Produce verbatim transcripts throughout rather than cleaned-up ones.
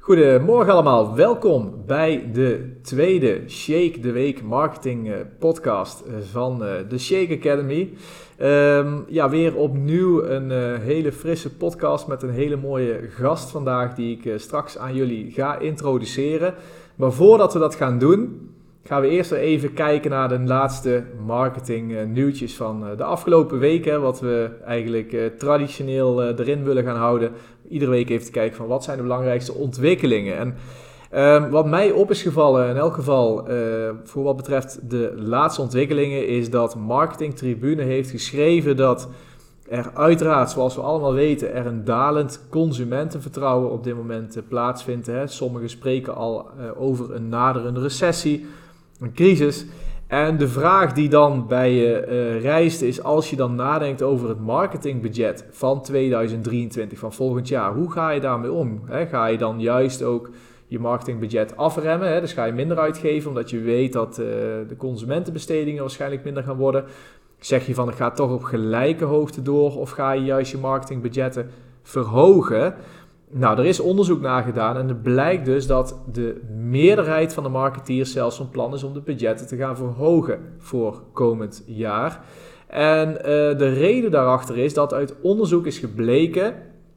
Goedemorgen allemaal, welkom bij de tweede Shake the Week Marketing uh, podcast van uh, de Shake Academy. Um, ja, weer opnieuw een uh, hele frisse podcast met een hele mooie gast vandaag die ik uh, straks aan jullie ga introduceren. Maar voordat we dat gaan doen, gaan we eerst even kijken naar de laatste marketing uh, nieuwtjes van uh, de afgelopen weken. Wat we eigenlijk uh, traditioneel uh, erin willen gaan houden. Iedere week even te kijken van wat zijn de belangrijkste ontwikkelingen. En uh, wat mij op is gevallen in elk geval uh, voor wat betreft de laatste ontwikkelingen is dat Marketing Tribune heeft geschreven dat er uiteraard, zoals we allemaal weten, er een dalend consumentenvertrouwen op dit moment uh, plaatsvindt. Hè. Sommigen spreken al uh, over een naderende recessie, een crisis. En de vraag die dan bij je uh, rijst is, als je dan nadenkt over het marketingbudget van tweeduizend drieëntwintig, van volgend jaar, hoe ga je daarmee om? He, ga je dan juist ook je marketingbudget afremmen? He, dus ga je minder uitgeven, omdat je weet dat uh, de consumentenbestedingen waarschijnlijk minder gaan worden. Zeg je van, ik ga toch op gelijke hoogte door, of ga je juist je marketingbudgetten verhogen? Nou, er is onderzoek naar gedaan en het blijkt dus dat de meerderheid van de marketeers zelfs van plan is om de budgetten te gaan verhogen voor komend jaar. En uh, de reden daarachter is dat uit onderzoek is gebleken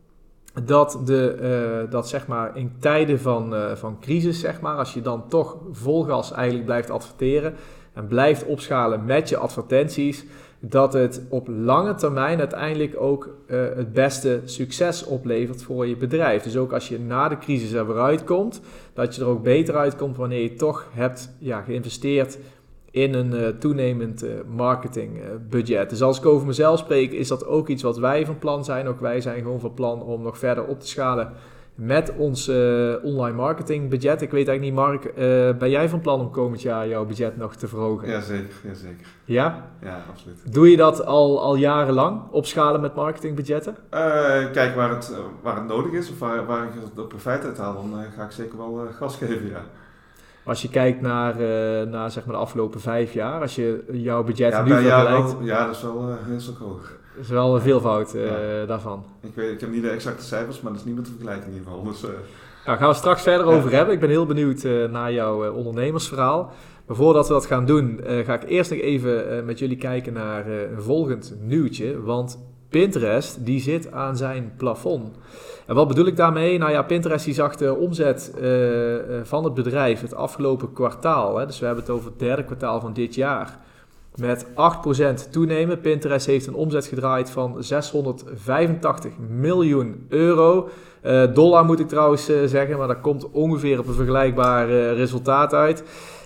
dat, de, uh, dat zeg maar in tijden van, uh, van crisis, zeg maar, als je dan toch vol gas eigenlijk blijft adverteren en blijft opschalen met je advertenties, dat het op lange termijn uiteindelijk ook uh, het beste succes oplevert voor je bedrijf. Dus ook als je na de crisis er weer uitkomt, dat je er ook beter uitkomt wanneer je toch hebt ja, geïnvesteerd in een uh, toenemend uh, marketingbudget. Dus als ik over mezelf spreek, is dat ook iets wat wij van plan zijn. Ook wij zijn gewoon van plan om nog verder op te schalen met ons uh, online marketingbudget. Ik weet eigenlijk niet, Mark, uh, ben jij van plan om komend jaar jouw budget nog te verhogen? Jazeker, jazeker. Ja? Ja, absoluut. Doe je dat al, al jarenlang, opschalen met marketingbudgetten? Uh, kijk, waar het, uh, waar het nodig is of waar, waar ik de profijt uit haal, dan uh, ga ik zeker wel uh, gas geven, ja. Als je kijkt naar, uh, naar zeg maar de afgelopen vijf jaar, als je jouw budget ja, nu vergelijkt... Wel, ja, dat is wel uh, heel stuk hoog. Dat is wel een veelvoud uh, ja. daarvan. Ik weet, ik heb niet de exacte cijfers, maar dat is niet met de vergelijking in ieder geval. Dus, uh... Nou, daar gaan we straks verder ja. over hebben. Ik ben heel benieuwd uh, naar jouw uh, ondernemersverhaal. Maar voordat we dat gaan doen, uh, ga ik eerst nog even uh, met jullie kijken naar uh, een volgend nieuwtje. Want Pinterest, die zit aan zijn plafond. En wat bedoel ik daarmee? Nou ja, Pinterest die zag de omzet uh, uh, van het bedrijf het afgelopen kwartaal. Hè, dus we hebben het over het derde kwartaal van dit jaar. Met acht procent toenemen. Pinterest heeft een omzet gedraaid van zeshonderdvijfentachtig miljoen euro. Uh, dollar moet ik trouwens uh, zeggen, maar dat komt ongeveer op een vergelijkbaar uh, resultaat uit.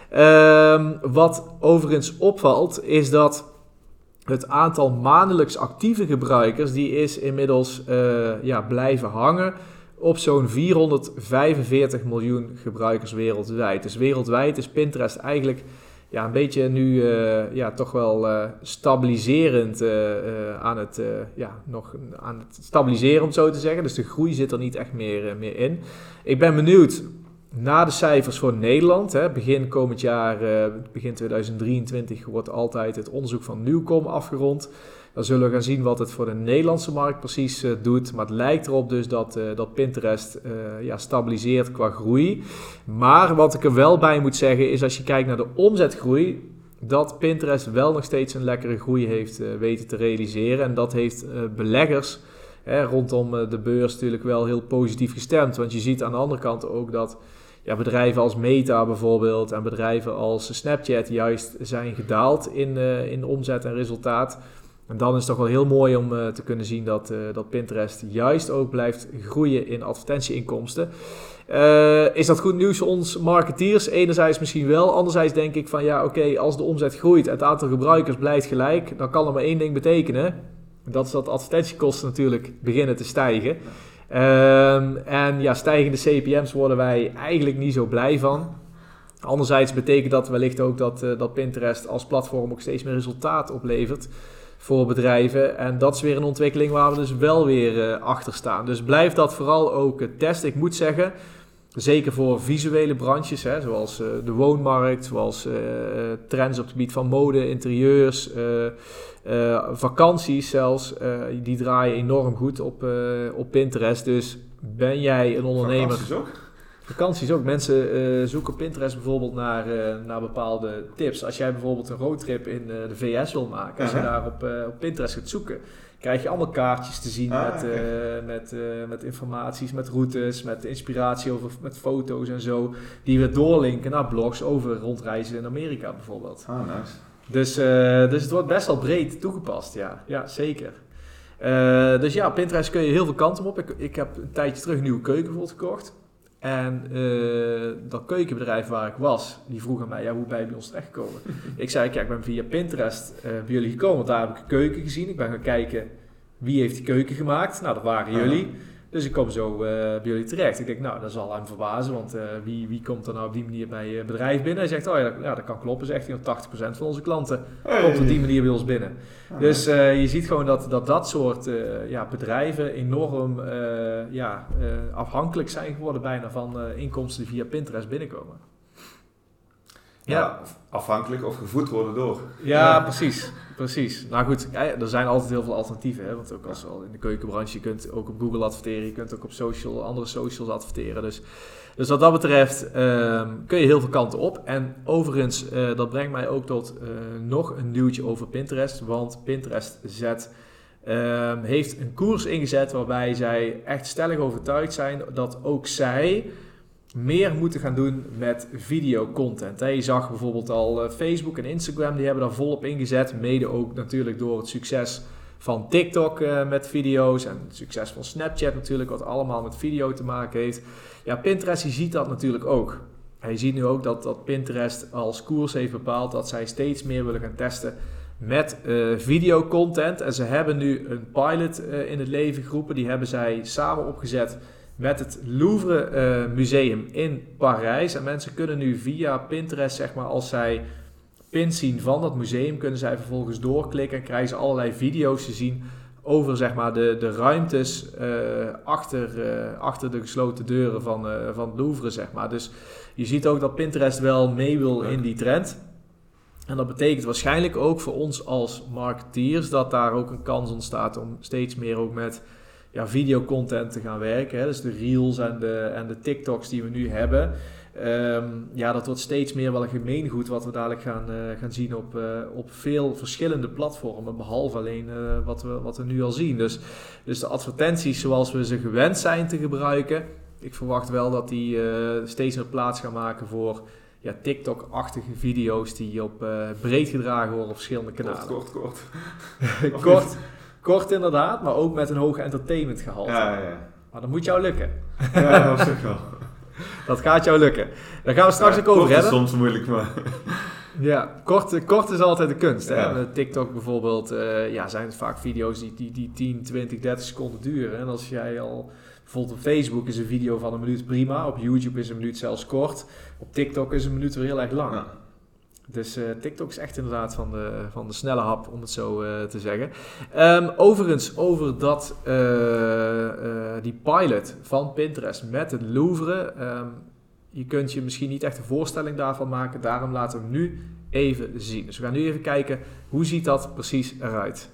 Uh, wat overigens opvalt is dat het aantal maandelijks actieve gebruikers, die is inmiddels uh, ja, blijven hangen op zo'n vierhonderdvijfenveertig miljoen gebruikers wereldwijd. Dus wereldwijd is Pinterest eigenlijk ja, een beetje nu uh, ja, toch wel uh, stabiliserend uh, uh, aan, het, uh, ja, nog aan het stabiliseren, om het zo te zeggen. Dus de groei zit er niet echt meer, uh, meer in. Ik ben benieuwd naar de cijfers voor Nederland. Hè. Begin komend jaar, uh, begin tweeduizend drieëntwintig, wordt altijd het onderzoek van Nieuwkom afgerond. Dan zullen we gaan zien wat het voor de Nederlandse markt precies uh, doet. Maar het lijkt erop dus dat, uh, dat Pinterest uh, ja, stabiliseert qua groei. Maar wat ik er wel bij moet zeggen is, als je kijkt naar de omzetgroei, dat Pinterest wel nog steeds een lekkere groei heeft uh, weten te realiseren. En dat heeft uh, beleggers hè, rondom uh, de beurs natuurlijk wel heel positief gestemd. Want je ziet aan de andere kant ook dat ja, bedrijven als Meta bijvoorbeeld en bedrijven als Snapchat juist zijn gedaald in, uh, in omzet en resultaat. En dan is het toch wel heel mooi om uh, te kunnen zien dat, uh, dat Pinterest juist ook blijft groeien in advertentieinkomsten. Uh, is dat goed nieuws voor ons marketeers? Enerzijds misschien wel. Anderzijds denk ik van ja, oké, okay, als de omzet groeit en het aantal gebruikers blijft gelijk, dan kan er maar één ding betekenen. Dat is dat advertentiekosten natuurlijk beginnen te stijgen. Um, en ja, stijgende C P M's worden wij eigenlijk niet zo blij van. Anderzijds betekent dat wellicht ook dat, uh, dat Pinterest als platform ook steeds meer resultaat oplevert voor bedrijven. En dat is weer een ontwikkeling waar we dus wel weer uh, achter staan. Dus blijf dat vooral ook uh, testen. Ik moet zeggen, zeker voor visuele branches, hè, zoals uh, de woonmarkt, zoals uh, trends op het gebied van mode, interieurs, uh, uh, vakanties zelfs, uh, die draaien enorm goed op, uh, op Pinterest. Dus ben jij een ondernemer... Vakanties ook? Vakanties ook. Mensen uh, zoeken Pinterest bijvoorbeeld naar, uh, naar bepaalde tips. Als jij bijvoorbeeld een roadtrip in uh, de V S wil maken, als je daar op, uh, op Pinterest gaat zoeken, krijg je allemaal kaartjes te zien ah, met, uh, met, uh, met informaties, met routes, met inspiratie over, met foto's en zo, die weer doorlinken naar blogs over rondreizen in Amerika bijvoorbeeld. Ah, nice. Dus, uh, dus het wordt best wel breed toegepast, ja, ja zeker. Uh, dus ja, Pinterest kun je heel veel kanten op. Ik, ik heb een tijdje terug een nieuwe keuken bijvoorbeeld gekocht. En uh, dat keukenbedrijf waar ik was, die vroeg aan mij, ja, hoe ben je bij ons terechtgekomen? Ik zei, kijk, ik ben via Pinterest uh, bij jullie gekomen, want daar heb ik een keuken gezien. Ik ben gaan kijken, wie heeft die keuken gemaakt? Nou, dat waren jullie. Uh-huh. Dus ik kom zo uh, bij jullie terecht. Ik denk, nou, dat zal hem verbazen, want uh, wie, wie komt er nou op die manier bij je bedrijf binnen? Hij zegt, oh ja, ja dat kan kloppen, zegt hij, want tachtig procent van onze klanten hey. komt op die manier bij ons binnen. Uh-huh. Dus uh, je ziet gewoon dat dat, dat soort uh, ja, bedrijven enorm uh, ja, uh, afhankelijk zijn geworden bijna van uh, inkomsten die via Pinterest binnenkomen. Ja, ja, afhankelijk of gevoed worden door. Ja, ja, precies. Precies. Nou goed, er zijn altijd heel veel alternatieven. Hè? Want ook als al in de keukenbranche, je kunt ook op Google adverteren. Je kunt ook op social, andere socials adverteren. Dus, dus wat dat betreft um, kun je heel veel kanten op. En overigens, uh, dat brengt mij ook tot uh, nog een nieuwtje over Pinterest. Want Pinterest zet, um, heeft een koers ingezet waarbij zij echt stellig overtuigd zijn dat ook zij meer moeten gaan doen met videocontent. Je zag bijvoorbeeld al Facebook en Instagram, die hebben daar volop ingezet. Mede ook natuurlijk door het succes van TikTok uh, met video's en het succes van Snapchat natuurlijk, wat allemaal met video te maken heeft. Ja, Pinterest, je ziet dat natuurlijk ook. En je ziet nu ook dat, dat Pinterest als koers heeft bepaald dat zij steeds meer willen gaan testen met uh, videocontent. En ze hebben nu een pilot uh, in het leven geroepen, die hebben zij samen opgezet met het Louvre uh, Museum in Parijs. En mensen kunnen nu via Pinterest, zeg maar, als zij pins zien van dat museum, kunnen zij vervolgens doorklikken en krijgen ze allerlei video's te zien over, zeg maar, de, de ruimtes uh, achter, uh, achter de gesloten deuren van, uh, van het Louvre, zeg maar. Dus je ziet ook dat Pinterest wel mee wil in die trend. En dat betekent waarschijnlijk ook voor ons als marketeers dat daar ook een kans ontstaat om steeds meer ook met ja, videocontent te gaan werken. Hè. Dus de reels en de, en de TikToks die we nu hebben. Um, ja, dat wordt steeds meer wel een gemeengoed wat we dadelijk gaan, uh, gaan zien op, uh, op veel verschillende platformen. Behalve alleen uh, wat, we, wat we nu al zien. Dus, dus de advertenties zoals we ze gewend zijn te gebruiken. Ik verwacht wel dat die uh, steeds meer plaats gaan maken voor ja, TikTok-achtige video's die op uh, breed gedragen worden op verschillende kanalen. Kort, kort, kort. kort. Kort inderdaad, maar ook met een hoog entertainment gehalte. Ja, ja, ja. Maar dat moet jou lukken. Ja, dat zeg wel. Dat gaat jou lukken. Daar gaan we straks ja, ook over hebben. Kort is soms moeilijk, maar... Ja, kort, kort is altijd de kunst. Ja. Hè? TikTok bijvoorbeeld, uh, ja, zijn het vaak video's die, die, die tien, twintig, dertig seconden duren. En als jij al... Bijvoorbeeld op Facebook is een video van een minuut prima. Op YouTube is een minuut zelfs kort. Op TikTok is een minuut weer heel erg lang. Ja. Dus uh, TikTok is echt inderdaad van de, van de snelle hap, om het zo uh, te zeggen. Um, overigens, over dat, uh, uh, die pilot van Pinterest met het Louvre. Um, je kunt je misschien niet echt een voorstelling daarvan maken. Daarom laten we hem nu even zien. Dus we gaan nu even kijken, hoe ziet dat precies eruit?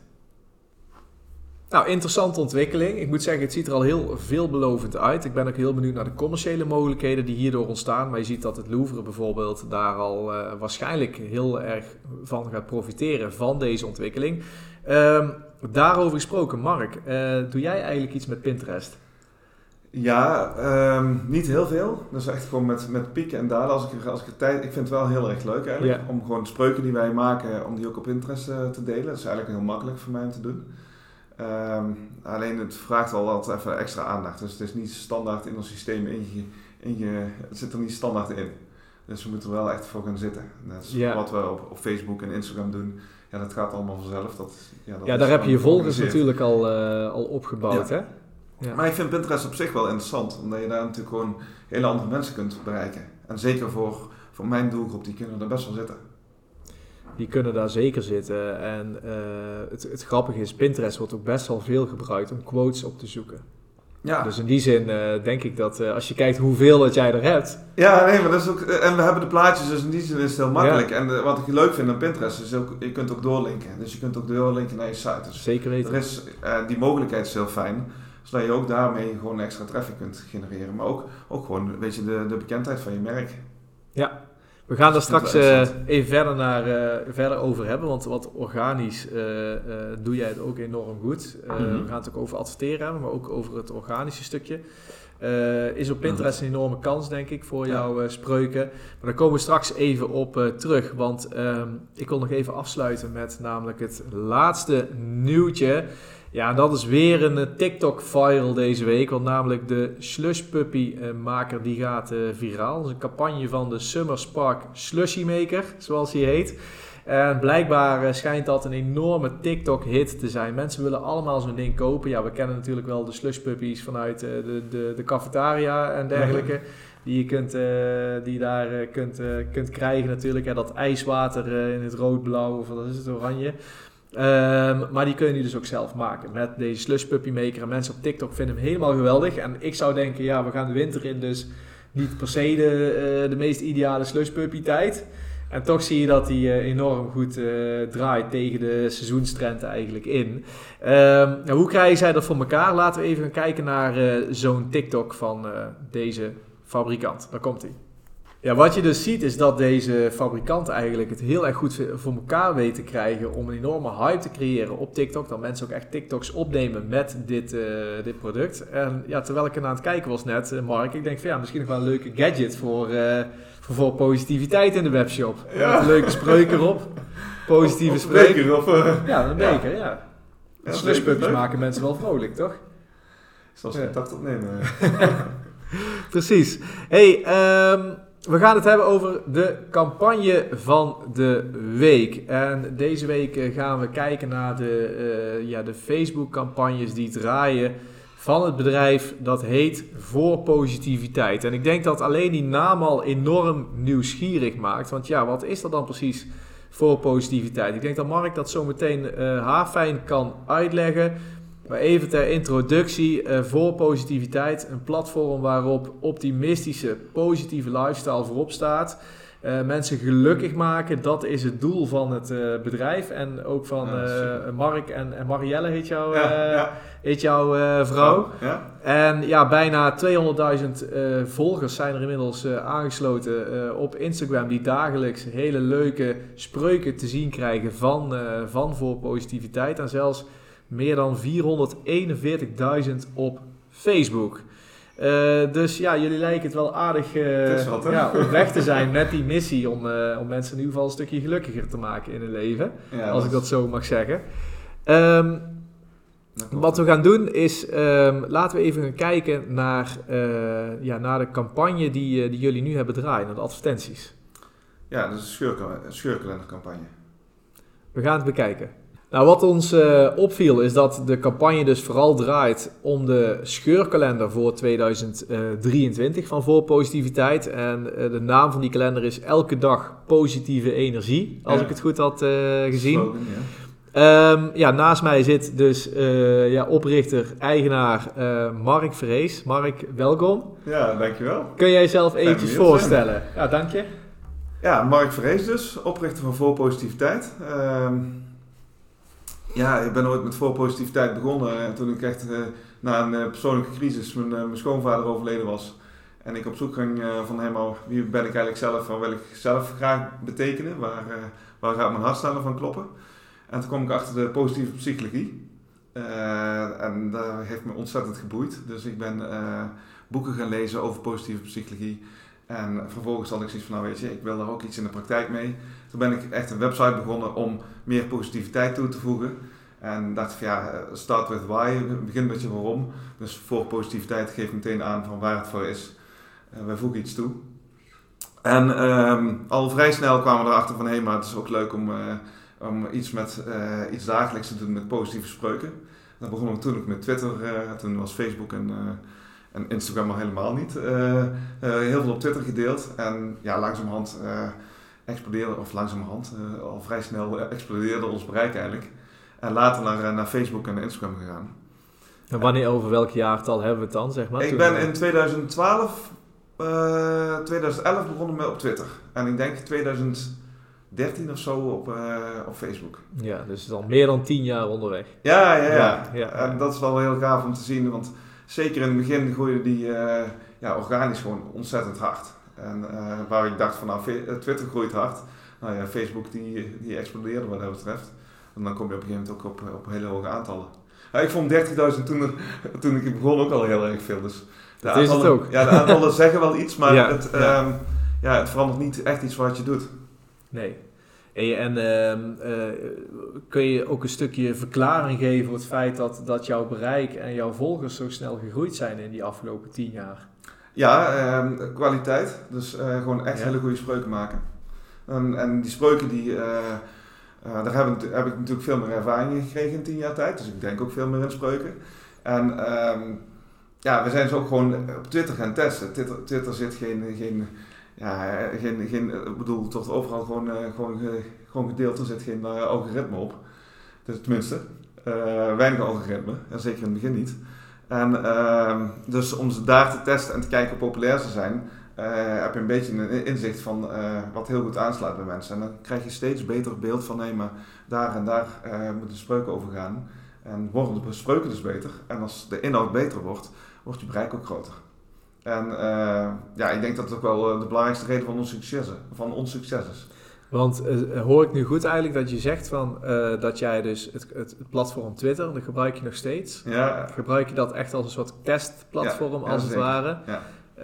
Nou, interessante ontwikkeling. Ik moet zeggen, het ziet er al heel veelbelovend uit. Ik ben ook heel benieuwd naar de commerciële mogelijkheden die hierdoor ontstaan. Maar je ziet dat het Louvre bijvoorbeeld daar al uh, waarschijnlijk heel erg van gaat profiteren van deze ontwikkeling. Um, daarover gesproken, Mark, uh, doe jij eigenlijk iets met Pinterest? Ja, um, niet heel veel. Dat is echt gewoon met, met pieken en dalen. Als ik, er, als ik er tijd, ik vind het wel heel erg leuk eigenlijk. Ja. Om gewoon de spreuken die wij maken, om die ook op Pinterest uh, te delen. Dat is eigenlijk heel makkelijk voor mij om te doen. Um, alleen het vraagt al wat even extra aandacht. Dus het is niet standaard in ons systeem inge, inge, het zit er niet standaard in. Dus we moeten er wel echt voor gaan zitten. Dat is ja. wat we op, op Facebook en Instagram doen. Ja, dat gaat allemaal vanzelf. Dat, ja, dat ja, daar heb je je volgers natuurlijk al, uh, al opgebouwd, ja. hè? Ja. Maar ik vind Pinterest op zich wel interessant. Omdat je daar natuurlijk gewoon hele andere mensen kunt bereiken. En zeker voor, voor mijn doelgroep, die kunnen er best wel zitten. Die kunnen daar zeker zitten. En uh, het, het grappige is, Pinterest wordt ook best wel veel gebruikt om quotes op te zoeken. Ja. Dus in die zin uh, denk ik dat uh, als je kijkt hoeveel dat jij er hebt. Ja, nee, maar dat is ook. En we hebben de plaatjes, dus in die zin is het heel makkelijk. Ja. En uh, wat ik leuk vind aan Pinterest is ook, je kunt ook doorlinken. Dus je kunt ook doorlinken naar je site. Dus zeker weten. Er is, uh, die mogelijkheid is heel fijn. zodat je ook daarmee gewoon extra traffic kunt genereren. Maar ook, ook gewoon een beetje de, de bekendheid van je merk. Ja, we gaan daar straks uh, even verder, naar, uh, verder over hebben, want wat organisch uh, uh, doe jij het ook enorm goed. Uh, mm-hmm. We gaan het ook over adverteren hebben, maar ook over het organische stukje. Uh, is op Pinterest een enorme kans, denk ik, voor jouw uh, spreuken. Maar daar komen we straks even op uh, terug, want um, ik wil nog even afsluiten met namelijk het laatste nieuwtje. Ja, dat is weer een uh, TikTok viral deze week, want namelijk de Slush Puppy uh, maker die gaat uh, viraal. Dat is een campagne van de Summer Spark Slushy Maker, zoals hij heet. En blijkbaar uh, schijnt dat een enorme TikTok-hit te zijn. Mensen willen allemaal zo'n ding kopen. Ja, we kennen natuurlijk wel de slush puppies vanuit uh, de, de, de cafetaria en dergelijke. Mm-hmm. Die je, kunt, uh, die je daar uh, kunt, uh, kunt krijgen natuurlijk. Hè, dat ijswater uh, in het rood-blauw of wat is het, oranje. Um, maar die kun je nu dus ook zelf maken met deze Slush Puppy Maker. En mensen op TikTok vinden hem helemaal geweldig. En ik zou denken, ja, we gaan de winter in, dus niet per se de, uh, de meest ideale Slush Puppy tijd. En toch zie je dat hij uh, enorm goed uh, draait tegen de seizoenstrend eigenlijk in. Um, nou, hoe krijgen zij dat voor elkaar? Laten we even gaan kijken naar uh, zo'n TikTok van uh, deze fabrikant. Daar komt hij. Ja, wat je dus ziet is dat deze fabrikant eigenlijk het heel erg goed voor elkaar weet te krijgen om een enorme hype te creëren op TikTok. Dat mensen ook echt TikToks opnemen met dit, uh, dit product. En ja, terwijl ik er aan het kijken was net, uh, Mark, ik denk van ja, misschien nog wel een leuke gadget voor, uh, voor, voor positiviteit in de webshop. Ja. Met een leuke spreuk erop. Positieve spreuk. Of, uh, ja, een beker, ja. ja. ja Slushpuppies maken mensen wel vrolijk, toch? Zoals contact ja. opnemen. Precies. Hey, um, we gaan het hebben over de campagne van de week. En deze week gaan we kijken naar de, uh, ja, de Facebook-campagnes die draaien van het bedrijf dat heet Voor Positiviteit. En ik denk dat alleen die naam al enorm nieuwsgierig maakt. Want ja, wat is dat dan precies voor positiviteit? Ik denk dat Mark dat zo meteen uh, haarfijn kan uitleggen. Maar even ter introductie, uh, Voor Positiviteit, een platform waarop optimistische, positieve lifestyle voorop staat. Uh, mensen gelukkig maken, dat is het doel van het uh, bedrijf. En ook van uh, Mark en, en Marielle heet, jou, uh, ja, ja. heet jouw uh, vrouw. Ja. En ja, bijna tweehonderdduizend uh, volgers zijn er inmiddels uh, aangesloten uh, op Instagram. Die dagelijks hele leuke spreuken te zien krijgen van, uh, van Voor Positiviteit. En zelfs meer dan vierhonderdeenenveertigduizend op Facebook. Uh, dus ja, jullie lijken het wel aardig uh, wat, ja, op weg te zijn met die missie om, uh, om mensen in ieder geval een stukje gelukkiger te maken in hun leven. Ja, als ik dat zo mag zeggen. Um, wat we gaan doen is, um, laten we even gaan kijken naar, uh, ja, naar de campagne die, uh, die jullie nu hebben draaien, naar de advertenties. Ja, dat is een scheurkal- scheurkalendercampagne. We gaan het bekijken. Nou, wat ons uh, opviel is dat de campagne dus vooral draait om de scheurkalender voor tweeduizend drieëntwintig van Voor Positiviteit. En uh, de naam van die kalender is Elke Dag Positieve Energie, als ja. ik het goed had uh, gezien. Slogan, ja. Um, ja, naast mij zit dus uh, ja, oprichter, eigenaar uh, Mark Vrees. Mark, welkom. Ja, dankjewel. Kun jij jezelf eventjes voorstellen? Ja, dank je. Ja, Mark Vrees dus, oprichter van Voor Positiviteit. Um, Ja, ik ben ooit met Voor Positiviteit begonnen en toen ik echt uh, na een uh, persoonlijke crisis mijn, uh, mijn schoonvader overleden was. En ik op zoek ging uh, van helemaal, wie ben ik eigenlijk zelf, wat wil ik zelf graag betekenen, waar, uh, waar gaat mijn hart sneller van kloppen. En toen kwam ik achter de positieve psychologie uh, en dat heeft me ontzettend geboeid. Dus ik ben uh, boeken gaan lezen over positieve psychologie. En vervolgens had ik zoiets van, nou weet je, ik wil daar ook iets in de praktijk mee. Toen ben ik echt een website begonnen om meer positiviteit toe te voegen. En dacht van ja, start with why, begin met je waarom. Dus Voor Positiviteit geeft meteen aan van waar het voor is. Uh, wij voegen iets toe. En um, al vrij snel kwamen we erachter van, hé, hey, maar het is ook leuk om, uh, om iets, met, uh, iets dagelijks te doen met positieve spreuken. Dan begonnen we toen ook met Twitter, uh, toen was Facebook en... Uh, En Instagram al helemaal niet. Uh, uh, heel veel op Twitter gedeeld. En ja, langzamerhand uh, explodeerde, of langzamerhand, uh, al vrij snel uh, explodeerde ons bereik eigenlijk. En later naar, naar Facebook en Instagram gegaan. En wanneer, over welk jaartal hebben we het dan, zeg maar? Ik ben in tweeduizend twaalf, uh, tweeduizend elf begonnen met op Twitter. En ik denk tweeduizend dertien of zo op, uh, op Facebook. Ja, dus al meer dan tien jaar onderweg. Ja, ja, ja. ja, ja. En dat is wel heel gaaf om te zien, want zeker in het begin groeide die uh, ja, organisch gewoon ontzettend hard. En uh, waar ik dacht van nou, Twitter groeit hard. Nou ja, Facebook die, die explodeerde wat dat betreft. En dan kom je op een gegeven moment ook op, op hele hoge aantallen. Ja, ik vond dertigduizend toen, toen ik begon ook al heel erg veel. Dus de dat is het ook. Ja, de aantallen zeggen wel iets, maar ja, het, ja. Um, ja, het verandert niet echt iets wat je doet. Nee. En, en uh, uh, kun je ook een stukje verklaring geven voor het feit dat, dat jouw bereik en jouw volgers zo snel gegroeid zijn in die afgelopen tien jaar? Ja, um, kwaliteit. Dus uh, gewoon echt ja. hele goede spreuken maken. En, en die spreuken, die, uh, uh, daar heb ik, heb ik natuurlijk veel meer ervaring in gekregen in tien jaar tijd. Dus ik denk ook veel meer in spreuken. En um, ja, we zijn ze ook gewoon op Twitter gaan testen. Twitter, Twitter zit geen... geen Ja, geen, geen, ik bedoel, tot overal gewoon, uh, gewoon, uh, gewoon gedeeld, er zit geen uh, algoritme op. Dus tenminste, uh, weinig algoritme, en zeker in het begin niet. En uh, dus om ze daar te testen en te kijken hoe populair ze zijn, uh, heb je een beetje een inzicht van uh, wat heel goed aanslaat bij mensen. En dan krijg je steeds beter beeld van, hé, maar daar en daar uh, moeten spreuken over gaan. En worden de spreuken dus beter. En als de inhoud beter wordt, wordt je bereik ook groter. En uh, ja, ik denk dat het ook wel de belangrijkste reden van ons succes, van ons succes is. Want uh, hoor ik nu goed eigenlijk dat je zegt van, uh, dat jij dus het, het, het platform Twitter, dat gebruik je nog steeds. Ja. Gebruik je dat echt als een soort testplatform, ja, als ja, het ware. Ja.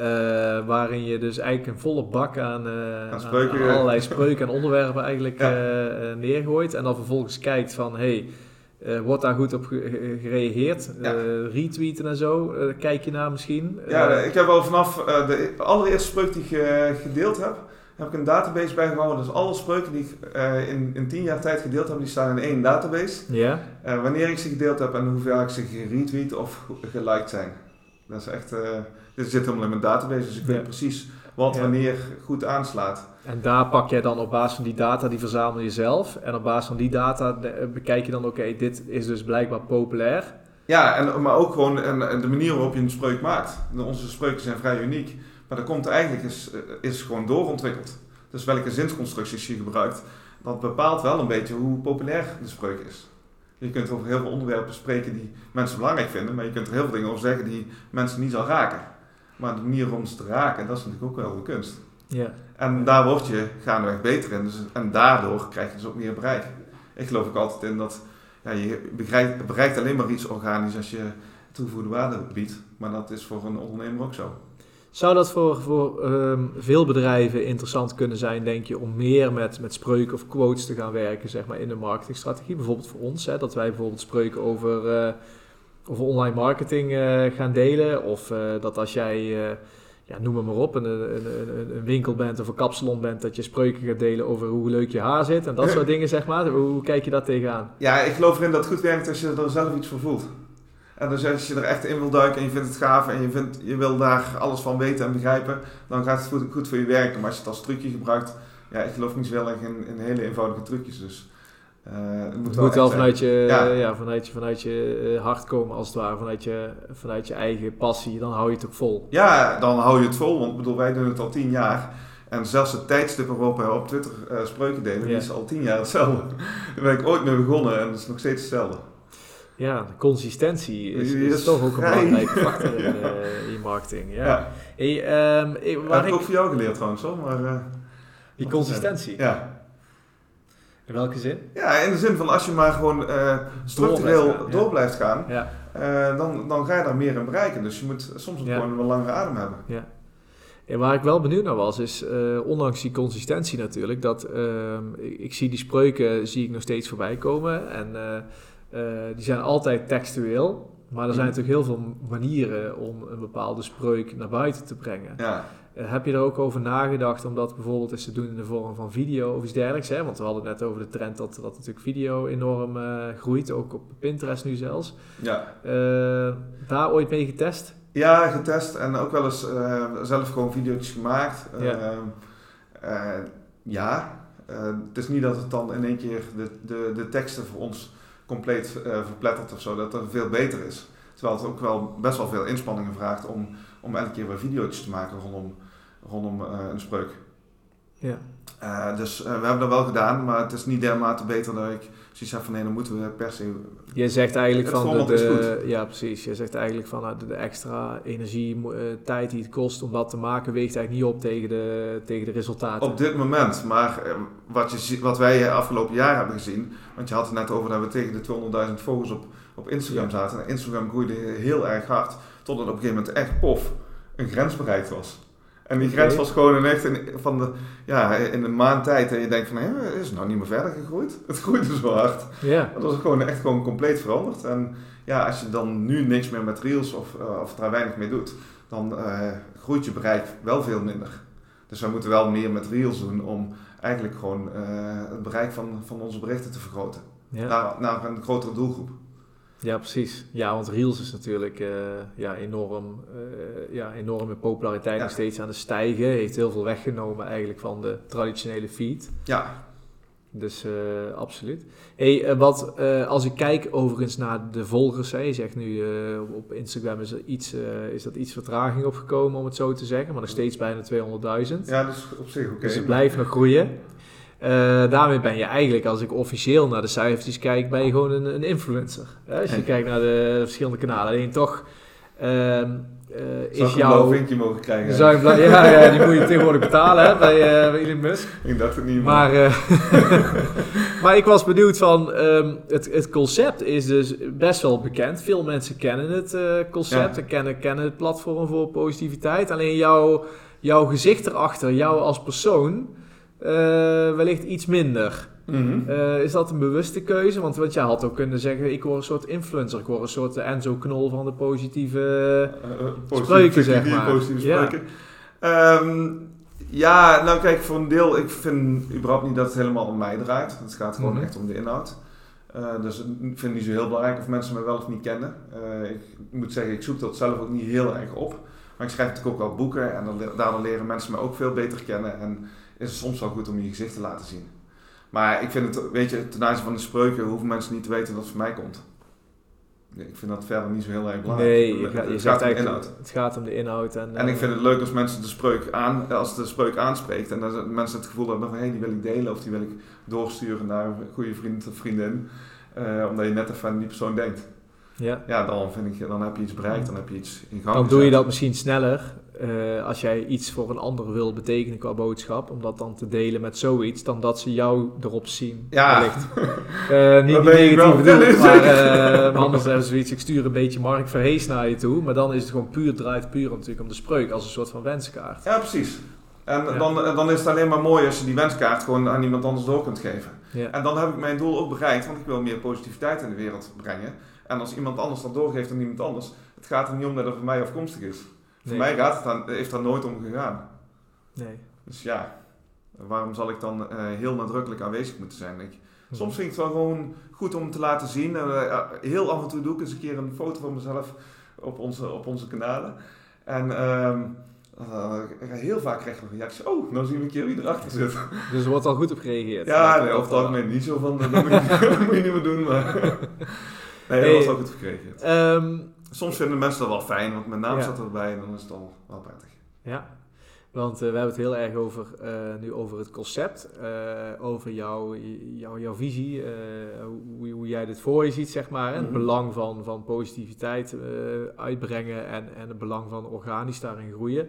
Uh, waarin je dus eigenlijk een volle bak aan, uh, aan, spreuken, aan allerlei spreuken en onderwerpen eigenlijk ja. uh, neergooit. En dan vervolgens kijkt van, hey, Uh, wordt daar goed op gereageerd, ja. uh, retweeten en zo, uh, kijk je naar misschien? Uh, ja, ik heb al vanaf uh, de allereerste spreuk die ik uh, gedeeld heb, heb ik een database bijgehouden. Dus alle spreuken die ik uh, in, in tien jaar tijd gedeeld heb, die staan in één database. Ja. Uh, wanneer ik ze gedeeld heb en hoeveel ik ze geretweet of geliked zijn. Dat is echt, uh, dit zit helemaal in mijn database, dus ik ja. weet precies wat ja. wanneer goed aanslaat. En daar pak jij dan op basis van die data, die verzamel je zelf. En op basis van die data bekijk je dan, oké, okay, dit is dus blijkbaar populair. Ja, en, maar ook gewoon en, de manier waarop je een spreuk maakt. Onze spreuken zijn vrij uniek. Maar dat komt eigenlijk, is, is gewoon doorontwikkeld. Dus welke zinsconstructies je gebruikt, dat bepaalt wel een beetje hoe populair de spreuk is. Je kunt over heel veel onderwerpen spreken die mensen belangrijk vinden, maar je kunt er heel veel dingen over zeggen die mensen niet zal raken. Maar de manier om ze te raken, dat is natuurlijk ook wel de kunst. Ja. En daar word je gaandeweg beter in. Dus, en daardoor krijg je dus ook meer bereik. Ik geloof ook altijd in dat ja, je bereikt, bereikt alleen maar iets organisch als je toegevoegde waarde biedt. Maar dat is voor een ondernemer ook zo. Zou dat voor, voor um, veel bedrijven interessant kunnen zijn, denk je, om meer met, met spreuken of quotes te gaan werken, zeg maar, in de marketingstrategie? Bijvoorbeeld voor ons, hè, dat wij bijvoorbeeld spreuken over, uh, over online marketing uh, gaan delen. Of uh, dat als jij... Uh, Ja, noem het maar op, een, een, een, een winkel bent of een kapsalon bent, dat je spreuken gaat delen over hoe leuk je haar zit en dat soort dingen, zeg maar. Hoe, hoe kijk je dat tegenaan? Ja, ik geloof erin dat het goed werkt als je er zelf iets voor voelt. En dus als je er echt in wil duiken en je vindt het gaaf en je, vindt, je wil daar alles van weten en begrijpen, dan gaat het goed, goed voor je werken. Maar als je het als trucje gebruikt, ja, ik geloof niet zo heel erg in, in hele eenvoudige trucjes. Dus Uh, het moet, het wel, moet wel vanuit je, ja. Ja, vanuit je, vanuit je hart komen als het ware, vanuit je, vanuit je eigen passie, dan hou je het ook vol. Ja, dan hou je het vol, want bedoel, wij doen het al tien jaar en zelfs het tijdstip waarop we op Twitter uh, spreuken delen, ja. is al tien jaar hetzelfde. Daar ben ik ooit mee begonnen en dat is nog steeds hetzelfde. Ja, de consistentie is, is, is toch ook een belangrijke factor in, uh, in je marketing. Ja. Ja. Hey, um, ik, waar heb ik ook voor jou geleerd trouwens hoor, maar... Uh, die consistentie? Ja. In welke zin? Ja, in de zin van als je maar gewoon uh, structureel door blijft gaan, door blijft gaan ja. uh, dan, dan ga je daar meer in bereiken. Dus je moet soms ook ja. gewoon een langere adem hebben. Ja. En waar ik wel benieuwd naar was, is uh, ondanks die consistentie natuurlijk, dat uh, ik, ik zie die spreuken zie ik nog steeds voorbij komen. En uh, uh, die zijn altijd textueel, maar er zijn mm. natuurlijk heel veel manieren om een bepaalde spreuk naar buiten te brengen. Ja. Uh, heb je er ook over nagedacht om dat bijvoorbeeld eens te doen in de vorm van video of iets dergelijks? Hè? Want we hadden het net over de trend dat, dat natuurlijk video enorm uh, groeit, ook op Pinterest nu zelfs. Ja. Uh, daar ooit mee getest? Ja, getest en ook wel eens uh, zelf gewoon video's gemaakt. Uh, ja. Uh, ja. Uh, het is niet dat het dan in één keer de, de, de teksten voor ons compleet uh, verplettert of zo, dat het veel beter is. Terwijl het ook wel best wel veel inspanningen vraagt om, om elke keer weer video's te maken rondom, rondom uh, een spreuk. Ja. Uh, dus uh, we hebben dat wel gedaan, maar het is niet dermate beter dat ik zoiets heb van nee, dan moeten we per se... Je zegt eigenlijk het van de, de, is goed. Ja, precies. Je zegt eigenlijk van de, de extra energie, uh, tijd die het kost om dat te maken, weegt eigenlijk niet op tegen de, tegen de resultaten. Op dit moment, maar uh, wat, je, wat wij afgelopen jaar hebben gezien, want je had het net over dat we tegen de tweehonderdduizend volgers op, op Instagram ja. zaten. En Instagram groeide heel erg hard, totdat op een gegeven moment echt pof een grens bereikt was. En die grens was gewoon een echt in, van de, ja, in een maand tijd. En je denkt van, hé, is het nou niet meer verder gegroeid? Het groeide zo hard. Ja. Dat was gewoon echt gewoon compleet veranderd. En ja, als je dan nu niks meer met Reels of, uh, of er weinig mee doet, dan uh, groeit je bereik wel veel minder. Dus wij moeten wel meer met Reels doen om eigenlijk gewoon uh, het bereik van, van onze berichten te vergroten. Ja. Naar, naar een grotere doelgroep. Ja, precies. Ja, want Reels is natuurlijk uh, ja, enorm, uh, ja, enorme populariteit ja. nog steeds aan het stijgen. Heeft heel veel weggenomen eigenlijk van de traditionele feed. Ja. Dus uh, absoluut. Hey, uh, wat, uh, als ik kijk overigens naar de volgers, hè, je zegt nu uh, op Instagram is, er iets, uh, is dat iets vertraging opgekomen om het zo te zeggen, maar nog steeds bijna tweehonderdduizend. Ja, dat is op zich oké. Okay. Dus het blijft nog groeien. Uh, daarmee ben je eigenlijk, als ik officieel naar de cijfertjes kijk, ben je gewoon een, een influencer. Hè? Als je hey. kijkt naar de verschillende kanalen. Alleen toch uh, uh, is jouw... Zou een blauw vinkje mogen krijgen? Zou bla- ja, ja, die moet je tegenwoordig betalen hè, bij, uh, bij Elon Musk. Ik dacht het niet. Maar, uh, maar ik was benieuwd van, um, het, het concept is dus best wel bekend. Veel mensen kennen het uh, concept ja. en kennen, kennen het platform voor positiviteit. Alleen jouw, jouw gezicht erachter, jou als persoon... Uh, wellicht iets minder. Mm-hmm. Uh, is dat een bewuste keuze? Want, want jij had ook kunnen zeggen, ik word een soort influencer. Ik word een soort Enzo Knol van de positieve uh, uh, spreuken, zeg maar. Positieve spreuken. Ja. Um, ja, nou kijk, voor een deel, ik vind überhaupt niet dat het helemaal om mij draait. Het gaat gewoon mm-hmm. echt om de inhoud. Uh, dus ik vind het niet zo heel belangrijk of mensen me wel of niet kennen. Uh, ik moet zeggen, ik zoek dat zelf ook niet heel erg op. Maar ik schrijf natuurlijk ook wel boeken en daardoor leren mensen me ook veel beter kennen. En is het soms wel goed om je gezicht te laten zien. Maar ik vind het, weet je, ten aanzien van de spreuken hoeven mensen niet te weten dat het van mij komt. Ik vind dat verder niet zo heel erg belangrijk. Nee, je, ga, je het gaat om de inhoud. Het gaat om de inhoud. En, en ik vind het leuk als mensen de spreuk, aan, als de spreuk aanspreekt en dat mensen het gevoel hebben van hé, hey, die wil ik delen of die wil ik doorsturen naar een goede vriend of vriendin. Uh, omdat je net even aan die persoon denkt. Ja, ja dan, vind ik, dan heb je iets bereikt, dan heb je iets in gang Dan doe je dat misschien sneller uh, als jij iets voor een ander wil betekenen qua boodschap, om dat dan te delen met zoiets, dan dat ze jou erop zien. Ja. Uh, niet niet negatief bedoeld, maar, uh, maar anders hebben ze zoiets, ik stuur een beetje Mark Verhees naar je toe, maar dan is het gewoon puur, draait puur natuurlijk om de spreuk, als een soort van wenskaart. Ja, precies. En ja. dan, dan is het alleen maar mooi als je die wenskaart gewoon aan iemand anders door kunt geven. Ja. En dan heb ik mijn doel ook bereikt, want ik wil meer positiviteit in de wereld brengen. En als iemand anders dat doorgeeft aan iemand anders, het gaat er niet om dat het voor mij afkomstig is. Nee. Voor mij gaat het dan, heeft daar nooit om gegaan. Nee. Dus ja, waarom zal ik dan uh, heel nadrukkelijk aanwezig moeten zijn? Ik, soms vind ik het wel gewoon goed om te laten zien. Uh, heel af en toe doe ik eens een keer een foto van mezelf op onze, op onze kanalen. En uh, uh, heel vaak krijg je een reactie. Oh, nou zien we een keer wie erachter zit. Dus er wordt al goed op gereageerd. Ja, nee, over het algemeen niet zo van, dat moet je, dat moet je niet meer doen. Maar nee, dat was ook goed gereageerd. Um, Soms vinden mensen dat wel fijn, want mijn naam ja. staat erbij en dan is het al wel prettig. Ja, want uh, we hebben het heel erg over, uh, nu over het concept, uh, over jouw, jouw, jouw visie, uh, hoe, hoe jij dit voor je ziet, zeg maar. Mm-hmm. Het belang van, van positiviteit uh, uitbrengen en, en het belang van organisch daarin groeien.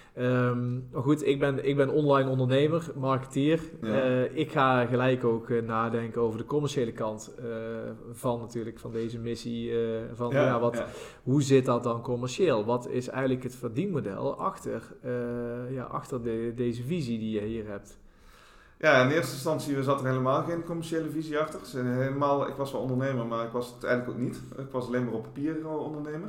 Um, maar goed, ik ben, ik ben online ondernemer, marketeer. Ja. Uh, ik ga gelijk ook uh, nadenken over de commerciële kant uh, van natuurlijk van deze missie. Uh, van, ja, ja, wat, ja. Hoe zit dat dan commercieel? Wat is eigenlijk het verdienmodel achter, uh, ja, achter de, deze visie die je hier hebt? Ja, in eerste instantie zat er helemaal geen commerciële visie achter. Dus helemaal, ik was wel ondernemer, maar ik was het eigenlijk ook niet. Ik was alleen maar op papier ondernemer.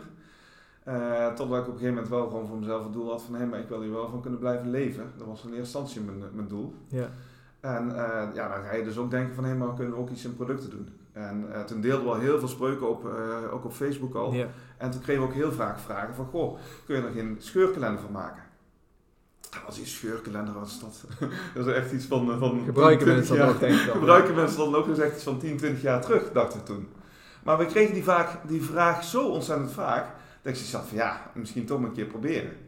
Uh, totdat ik op een gegeven moment wel gewoon voor mezelf het doel had van hé, maar ik wil hier wel van kunnen blijven leven. Dat was in eerste instantie mijn, mijn doel. Ja. En uh, ja, dan ga je dus ook denken van hé, maar kunnen we ook iets in producten doen. En uh, toen deelden we al heel veel spreuken op, uh, ook op Facebook al. Ja. En toen kregen we ook heel vaak vragen van goh, kun je er geen scheurkalender van maken? Dat was iets scheurkalender, was dat. Dat is echt iets van... van Gebruiken mensen dat ook, denk ik. Gebruiken mensen dat ook, gezegd iets van tien, twintig jaar terug, dachten we toen. Maar we kregen die, vaak, die vraag zo ontzettend vaak... dat ik zoiets had van ja, misschien toch maar een keer proberen.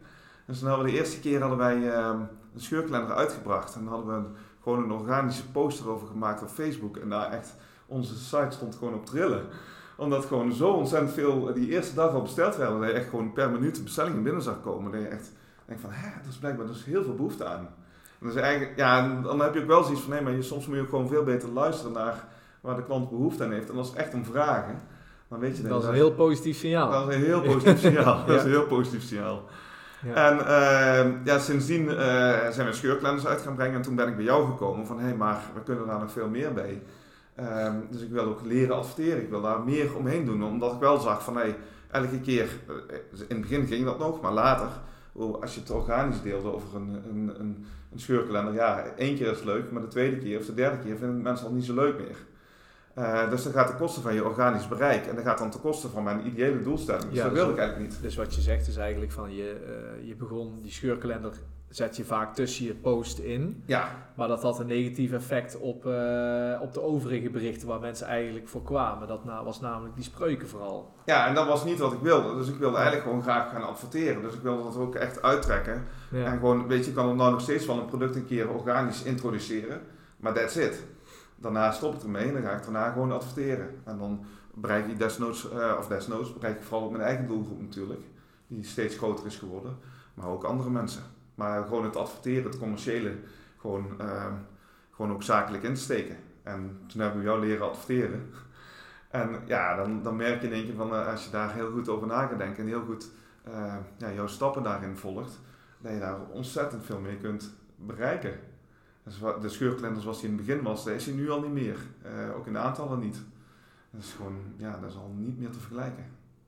Dus dan hadden we de eerste keer hadden wij uh, een scheurkalender uitgebracht. En dan hadden we gewoon een organische poster over gemaakt op Facebook. En daar echt, onze site stond gewoon op trillen. Omdat gewoon zo ontzettend veel die eerste dag al besteld werden. Dat je echt gewoon per minuut bestellingen binnen zag komen. Dat je echt denkt van, hè, er is blijkbaar dus heel veel behoefte aan. En dus eigenlijk, ja, dan heb je ook wel zoiets van, nee, maar je, soms moet je ook gewoon veel beter luisteren naar waar de klant behoefte aan heeft. En als het echt om vragen, dan weet je dat. Dat is een heel positief signaal. Dat is een heel positief signaal. ja. Dat is een heel positief signaal. Ja. En uh, ja, sindsdien uh, zijn we scheurkalenders uit gaan brengen. En toen ben ik bij jou gekomen van, hé, hey, maar we kunnen daar nog veel meer bij. Um, dus ik wil ook leren adverteren. Ik wil daar meer omheen doen. Omdat ik wel zag van, hé, hey, elke keer, uh, in het begin ging dat nog, maar later, als je het organisch deelde over een, een, een, een scheurkalender, ja, één keer is het leuk, maar de tweede keer of de derde keer vinden mensen al niet zo leuk meer. Uh, dus dat gaat ten koste van je organisch bereik en dat gaat dan ten koste van mijn ideële doelstelling. Dus ja, dat wil ik eigenlijk niet. Dus wat je zegt is eigenlijk van je, uh, je begon die scheurkalender zet je vaak tussen je post in, ja. maar dat had een negatief effect op, uh, op de overige berichten waar mensen eigenlijk voor kwamen. Dat na, was namelijk die spreuken vooral. Ja, en dat was niet wat ik wilde. Dus ik wilde eigenlijk gewoon graag gaan adverteren. Dus ik wilde dat ook echt uittrekken. Ja. En gewoon, weet je, je kan er nou nog steeds wel een product een keer organisch introduceren, maar that's it. Daarna stop ik ermee en dan ga ik daarna gewoon adverteren. En dan bereik ik desnoods, uh, of desnoods, bereik ik vooral op mijn eigen doelgroep natuurlijk, die steeds groter is geworden, maar ook andere mensen. Maar gewoon het adverteren, het commerciële, gewoon, uh, gewoon ook zakelijk in te steken. En toen hebben we jou leren adverteren. En ja, dan, dan merk je in één keer van, uh, als je daar heel goed over na gaat denken en heel goed uh, ja, jouw stappen daarin volgt, dat je daar ontzettend veel mee kunt bereiken. Dus de scheurkalender zoals die in het begin was, dat is hij nu al niet meer. Uh, ook in de aantallen niet. Dat is gewoon, ja, dat is al niet meer te vergelijken.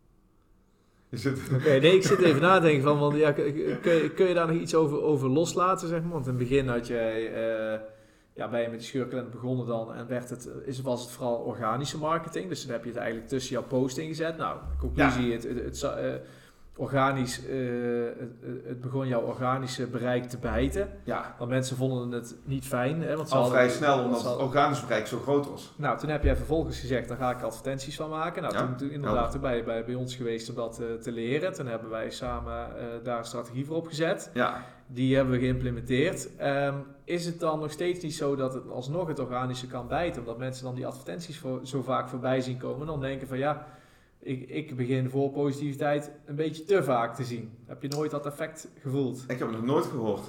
Oké, okay, nee, ik zit even na te denken van, want, ja, kun, je, kun je daar nog iets over, over loslaten, zeg maar? Want in het begin had jij, uh, ja, ben je met die scheurkalender begonnen dan en werd het, is, was het vooral organische marketing. Dus dan heb je het eigenlijk tussen jouw post ingezet. Nou, conclusie, ja. het, het, het, het uh, organisch, uh, het, het begon jouw organische bereik te bijten. Ja. Want mensen vonden het niet fijn. Hè, want ze Al hadden, vrij snel, omdat het organisch bereik zo groot was. Nou, toen heb jij vervolgens gezegd, daar ga ik advertenties van maken. Nou, ja. toen, toen inderdaad ja. bij, bij, bij ons geweest om dat uh, te leren. Toen hebben wij samen uh, daar een strategie voor opgezet. Ja. Die hebben we geïmplementeerd. Um, is het dan nog steeds niet zo dat het alsnog het organische kan bijten? Omdat mensen dan die advertenties voor, zo vaak voorbij zien komen. En dan denken van ja... Ik, ik begin voor positiviteit een beetje te vaak te zien. Heb je nooit dat effect gevoeld? Ik heb het nog nooit gehoord.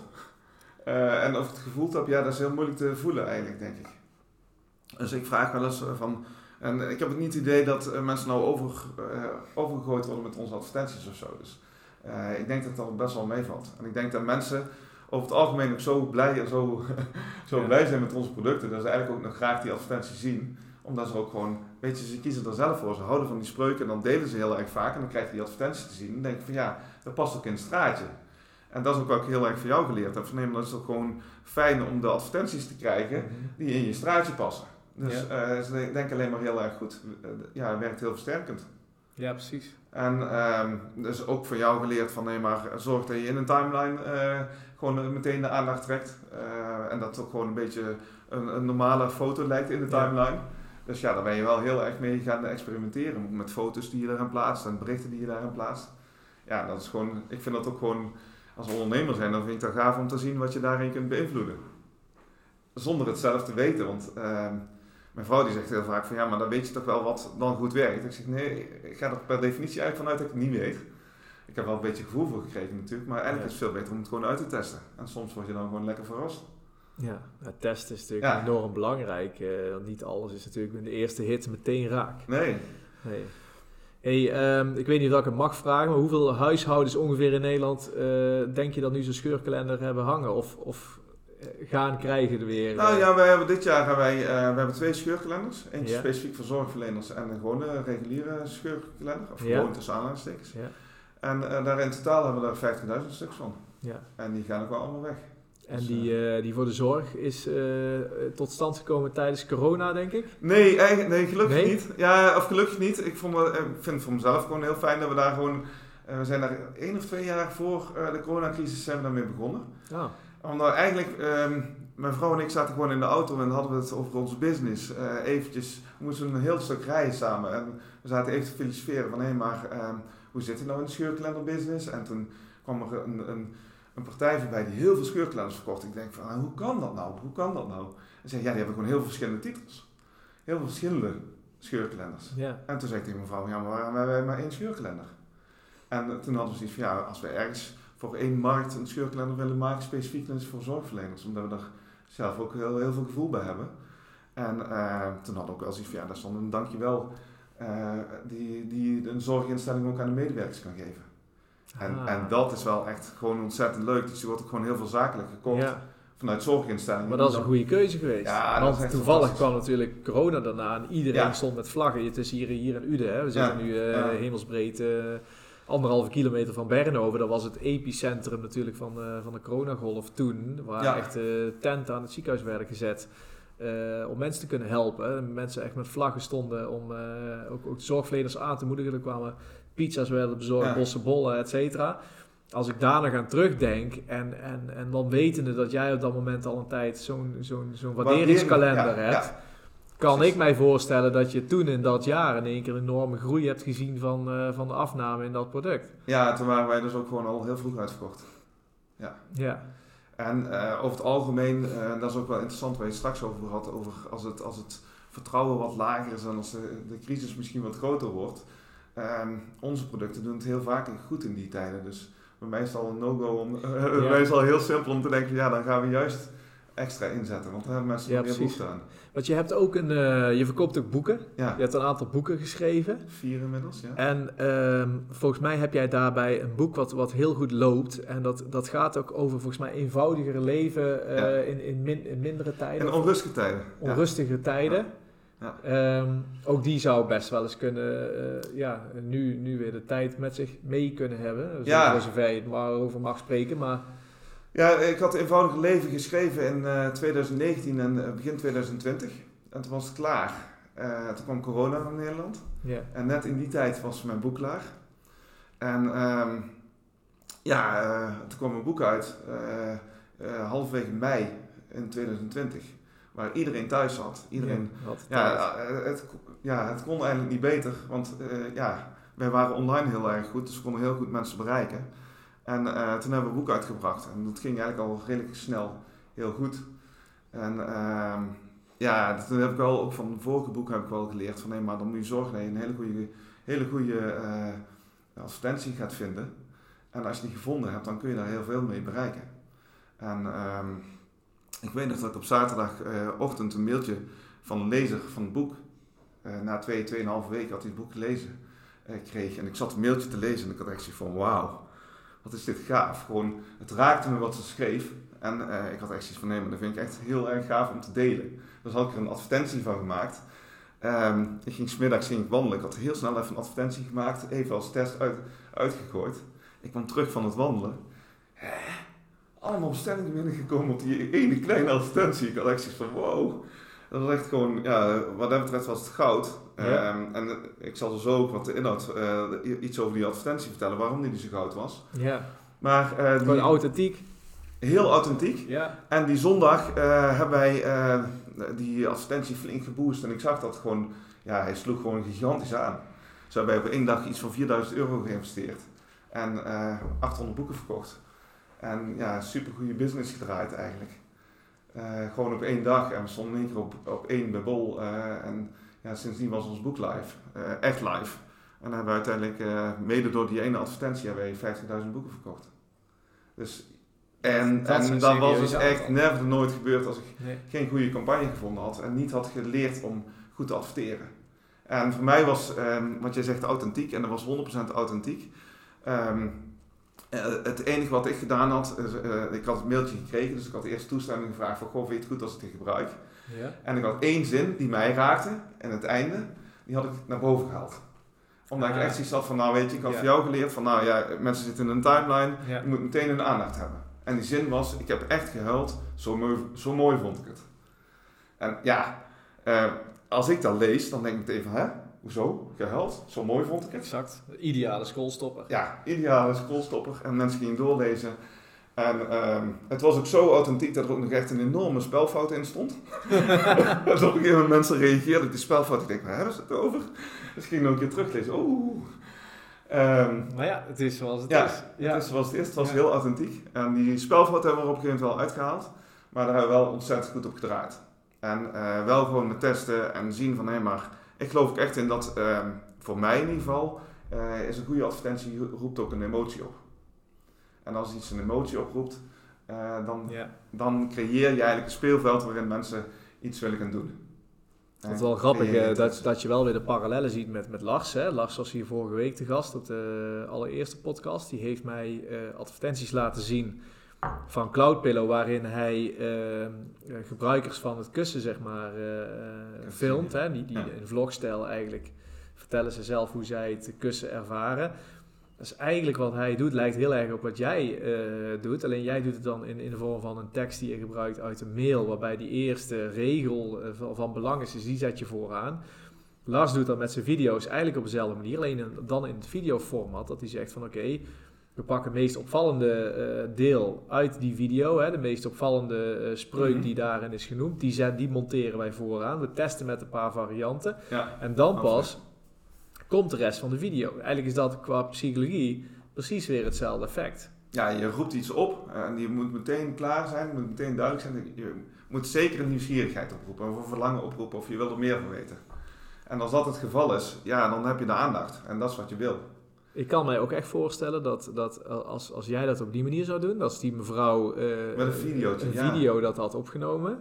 Uh, en of ik het gevoeld heb, ja, dat is heel moeilijk te voelen eigenlijk, denk ik. Dus ik vraag wel eens van... En ik heb het niet het idee dat uh, mensen nou over, uh, overgegooid worden met onze advertenties of zo. Dus uh, ik denk dat dat best wel meevalt. En ik denk dat mensen over het algemeen ook zo blij, zo, zo ja. blij zijn met onze producten. Dat ze eigenlijk ook nog graag die advertenties zien. Omdat ze ook gewoon, weet je, ze kiezen er zelf voor. Ze houden van die spreuken en dan delen ze heel erg vaak. En dan krijg je die advertenties te zien. En dan denk je van ja, dat past ook in het straatje. En dat is ook wat ik heel erg van jou geleerd heb. Van nee, maar dat is ook gewoon fijn om de advertenties te krijgen die in je straatje passen. Dus ja. uh, ze denken alleen maar heel erg goed. Ja, het werkt heel versterkend. Ja, precies. En um, dus ook van jou geleerd van nee, maar zorg dat je in een timeline uh, gewoon meteen de aandacht trekt. Uh, en dat het ook gewoon een beetje een, een normale foto lijkt in de timeline. Ja. Dus ja, daar ben je wel heel erg mee gaan experimenteren. Met foto's die je daarin plaatst en berichten die je daarin plaatst. Ja, dat is gewoon, ik vind dat ook gewoon, als ondernemer zijn, dan vind ik dat gaaf om te zien wat je daarin kunt beïnvloeden. Zonder het zelf te weten, want uh, mijn vrouw die zegt heel vaak van ja, maar dan weet je toch wel wat dan goed werkt. Ik zeg nee, ik ga er per definitie eigenlijk vanuit dat ik het niet weet. Ik heb wel een beetje gevoel voor gekregen natuurlijk, maar eigenlijk ja. is het veel beter om het gewoon uit te testen. En soms word je dan gewoon lekker verrast. Ja, het testen is natuurlijk ja. enorm belangrijk. Uh, niet alles is natuurlijk in de eerste hit meteen raak. Nee. nee. Hey, um, ik weet niet of ik het mag vragen, maar hoeveel huishoudens ongeveer in Nederland uh, denk je dat nu zo'n scheurkalender hebben hangen? Of, of gaan krijgen er weer? Nou uh, ja, wij hebben dit jaar wij, uh, we hebben twee scheurkalenders. Eentje ja. specifiek voor zorgverleners en een gewone reguliere scheurkalender. Of gewoon ja. tussen aanhalingstekens. Ja. En uh, daar in totaal hebben we er vijftigduizend stuks van. Ja. En die gaan ook wel allemaal weg. En dus, die, uh, die voor de zorg is uh, tot stand gekomen tijdens corona, denk ik? Nee, eigenlijk, nee gelukkig nee? niet. Ja, of gelukkig niet. Ik, vond, ik vind het voor mezelf gewoon heel fijn dat we daar gewoon... Uh, we zijn daar één of twee jaar voor uh, de coronacrisis zijn we daarmee begonnen. Oh. Omdat eigenlijk... Um, mijn vrouw en ik zaten gewoon in de auto en hadden we het over onze business. Uh, eventjes, we moesten een heel stuk rijden samen. En we zaten even te filosoferen van... Hé, hey, maar um, hoe zit het nou in de scheurkalenderbusiness? En toen... kwam er een, een, een partij voorbij die heel veel scheurkalenders verkocht. Ik denk van, ah, hoe kan dat nou? Hoe kan dat nou? En zei, ja, die hebben gewoon heel veel verschillende titels. Heel veel verschillende scheurkalenders. Ja. En toen zei ik tegen mijn vrouw, ja, maar waarom hebben wij maar één scheurkalender? En toen hadden we zoiets van, ja, als we ergens voor één markt een scheurkalender willen maken, specifiek dan is het voor zorgverleners, omdat we daar zelf ook heel, heel veel gevoel bij hebben. En uh, toen hadden we ook wel zoiets van, ja, daar stond een dankjewel uh, die, die een zorginstelling ook aan de medewerkers kan geven. En, ah. en dat is wel echt gewoon ontzettend leuk. Dus die wordt ook gewoon heel veel zakelijk gekocht ja. vanuit zorginstellingen. Maar dat is een goede keuze geweest. Ja, want toevallig kwam natuurlijk corona daarna en iedereen ja. stond met vlaggen. Het is hier, hier in Uden, hè. We zitten ja. nu uh, ja. hemelsbreed uh, anderhalve kilometer van Bernhoven. Dat was het epicentrum natuurlijk van, uh, van de coronagolf toen. Waar ja. echt uh, tenten aan het ziekenhuis werden gezet. Uh, om mensen te kunnen helpen. Mensen echt met vlaggen stonden om uh, ook, ook de zorgverleners aan te moedigen. Er kwamen pizza's werden bezorgd, ja. bossen bollen, et cetera. Als ik daar nog aan terugdenk en, en, en dan wetende dat jij op dat moment al een tijd zo'n, zo'n, zo'n waarderingskalender ja, hebt, ja. kan Precies. ik mij voorstellen dat je toen in dat jaar in één keer een enorme groei hebt gezien van, uh, van de afname in dat product. Ja, toen waren wij dus ook gewoon al heel vroeg uitverkocht. Ja. ja. En uh, over het algemeen, uh, dat is ook wel interessant waar je het straks over had, over als het, als het vertrouwen wat lager is en als de, de crisis misschien wat groter wordt. Um, onze producten doen het heel vaak goed in die tijden. Dus bij mij is het al een no-go om, uh, ja. bij mij is het al heel simpel om te denken, ja, dan gaan we juist extra inzetten, want daar hebben mensen ja, meer behoefte aan. Want je hebt ook een, uh, je verkoopt ook boeken. Ja. Je hebt een aantal boeken geschreven. Vier inmiddels, ja. En um, volgens mij heb jij daarbij een boek wat, wat heel goed loopt. En dat, dat gaat ook over volgens mij eenvoudiger leven uh, ja. in, in, min, in mindere tijden. In onrustige tijden. Onrustige ja. tijden. Ja. Um, ook die zou best wel eens kunnen, uh, ja, nu, nu weer de tijd met zich mee kunnen hebben. Dus ja. zover je het maar over mag spreken, maar... Ja, ik had Eenvoudige Leven geschreven in uh, twintig negentien en uh, begin twintig twintig. En toen was het klaar. Uh, toen kwam corona naar Nederland. Yeah. En net in die tijd was mijn boek klaar. En um, ja, uh, toen kwam mijn boek uit. Uh, uh, halverwege mei in twintig twintig. Waar iedereen thuis zat. Iedereen, ja, ja, het, ja, het kon eigenlijk niet beter. Want uh, ja, wij waren online heel erg goed. Dus we konden heel goed mensen bereiken. En uh, toen hebben we een boek uitgebracht. En dat ging eigenlijk al redelijk snel heel goed. En uh, ja, toen heb ik wel, ook van het vorige boek heb ik wel geleerd van nee, maar dan moet je zorgen dat je een hele goede, hele goede uh, advertentie gaat vinden. En als je die gevonden hebt, dan kun je daar heel veel mee bereiken. En uh, ik weet nog dat ik op zaterdagochtend uh, een mailtje van een lezer van het boek, uh, na twee, tweeënhalve weken had hij het boek gelezen, uh, kreeg. En ik zat een mailtje te lezen en ik had echt zoiets van wauw. Wat is dit gaaf. Gewoon, het raakte me wat ze schreef. En uh, ik had echt zoiets van, nee, maar dat vind ik echt heel erg gaaf om te delen. Dus had ik er een advertentie van gemaakt. Um, ik ging 's middags ging ik wandelen. Ik had heel snel even een advertentie gemaakt. Even als test uit, uitgegooid. Ik kwam terug van het wandelen. Hè? Allemaal bestellingen binnengekomen op die ene kleine advertentie. Ik had echt zoiets van, wow. Dat was echt gewoon, ja, wat dat betreft was het goud. Ja. Um, en ik zal er zo ook wat de inhoud, uh, iets over die advertentie vertellen, waarom die zo goud was. Ja. Maar uh, die, gewoon authentiek. Heel authentiek. Ja. En die zondag uh, hebben wij uh, die advertentie flink geboost. En ik zag dat gewoon, ja, hij sloeg gewoon gigantisch aan. Zo hebben wij op één dag iets van vierduizend euro geïnvesteerd. En uh, achthonderd boeken verkocht. En ja, super goede business gedraaid eigenlijk. Uh, gewoon op één dag. En we stonden in één keer op, op één bij Bol. Uh, en ja, sindsdien was ons boek live. Uh, echt live. En dan hebben we uiteindelijk, uh, mede door die ene advertentie, hebben wij vijftigduizend boeken verkocht. Dus, en en dan was het echt never nooit gebeurd als ik nee. geen goede campagne gevonden had. En niet had geleerd om goed te adverteren. En voor mij was, um, wat jij zegt, authentiek. En dat was honderd procent authentiek. Um, Uh, het enige wat ik gedaan had, uh, uh, ik had het mailtje gekregen, dus ik had eerst toestemming gevraagd van, goh, vind je het goed als ik het gebruik? Ja. En ik had één zin die mij raakte, en het einde, die had ik naar boven gehaald. Omdat ah. ik echt zoiets had van, nou weet je, ik had ja. van jou geleerd van, nou ja, mensen zitten in een timeline, ja. je moet meteen hun aandacht hebben. En die zin was, ik heb echt gehuild, zo mooi, zo mooi vond ik het. En ja, uh, als ik dat lees, dan denk ik meteen van, hè? Hoezo? Gehuild? Zo mooi vond ik het. Exact. Ideale schoolstopper. Ja, ideale schoolstopper. En mensen gingen doorlezen. En um, het was ook zo authentiek dat er ook nog echt een enorme spelfout in stond. Dat op een gegeven moment mensen reageerden op die spelfout. Ik denk, waar hebben ze het over? Dus ik ging nog een keer teruglezen. Oeh. Um, maar ja, het is zoals het ja, is. Ja, het is zoals het is. Het was ja. heel authentiek. En die spelfout hebben we er op een gegeven moment wel uitgehaald. Maar daar hebben we wel ontzettend goed op gedraaid. En uh, wel gewoon met testen en zien van, hé, hey, maar ik geloof ook echt in dat, uh, voor mij in ieder geval, uh, is een goede advertentie roept ook een emotie op. En als iets een emotie oproept, uh, dan, ja. dan creëer je eigenlijk een speelveld waarin mensen iets willen gaan doen. Het is wel grappig uh, dat, dat je wel weer de parallellen ziet met, met Lars. Hè? Lars was hier vorige week te gast op de allereerste podcast. Die heeft mij uh, advertenties laten zien van Cloudpillow, waarin hij uh, gebruikers van het kussen zeg maar uh, filmt. Hè? Die, die ja. in vlogstijl eigenlijk vertellen ze zelf hoe zij het kussen ervaren. Dat is eigenlijk wat hij doet, lijkt heel erg op wat jij uh, doet. Alleen jij doet het dan in, in de vorm van een tekst die je gebruikt uit een mail, waarbij die eerste regel uh, van, van belang is, dus die zet je vooraan. Lars doet dat met zijn video's eigenlijk op dezelfde manier, alleen in, dan in het videoformat, dat hij zegt van oké, okay, we pakken het meest opvallende uh, deel uit die video, hè, de meest opvallende uh, spreuk mm-hmm. die daarin is genoemd, die, zet, die monteren wij vooraan. We testen met een paar varianten ja, en dan absoluut. pas komt de rest van de video. Eigenlijk is dat qua psychologie precies weer hetzelfde effect. Ja, je roept iets op en je moet meteen klaar zijn, moet meteen duidelijk zijn. Je moet zeker een nieuwsgierigheid oproepen, of een verlangen oproepen, of je wil er meer van weten. En als dat het geval is, ja, dan heb je de aandacht en dat is wat je wil. Ik kan mij ook echt voorstellen dat, dat als, als jij dat op die manier zou doen, als die mevrouw uh, met een, videootje, een ja. video dat had opgenomen,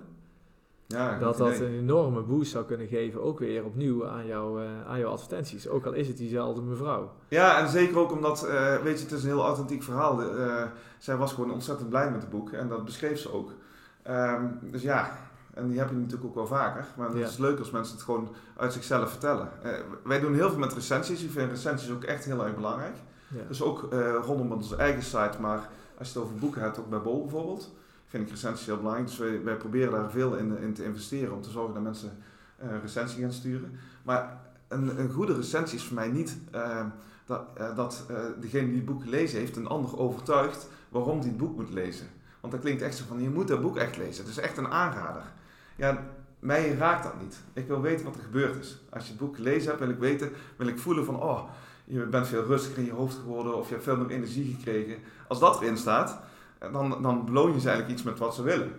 ja, dat dat idee. Een enorme boost zou kunnen geven, ook weer opnieuw aan, jou, uh, aan jouw advertenties. Ook al is het diezelfde mevrouw. Ja, en zeker ook omdat, uh, weet je, het is een heel authentiek verhaal. Uh, zij was gewoon ontzettend blij met het boek en dat beschreef ze ook. Um, dus ja, en die heb je natuurlijk ook wel vaker. Maar het ja. is leuk als mensen het gewoon uit zichzelf vertellen. Uh, wij doen heel veel met recensies. Ik vind recensies ook echt heel erg belangrijk. Ja. Dus ook uh, rondom onze eigen site, maar als je het over boeken hebt, ook bij Bol bijvoorbeeld, vind ik recensies heel belangrijk. Dus wij, wij proberen daar veel in, in te investeren om te zorgen dat mensen uh, recensie gaan sturen. Maar een, een goede recensie is voor mij niet uh, dat, uh, dat uh, degene die het boek gelezen heeft een ander overtuigt waarom hij het boek moet lezen. Want dat klinkt echt zo van, je moet dat boek echt lezen. Het is echt een aanrader. Ja, mij raakt dat niet. Ik wil weten wat er gebeurd is. Als je het boek gelezen hebt, wil ik weten, wil ik voelen van, oh, je bent veel rustiger in je hoofd geworden of je hebt veel meer energie gekregen. Als dat erin staat, dan, dan beloon je ze eigenlijk iets met wat ze willen.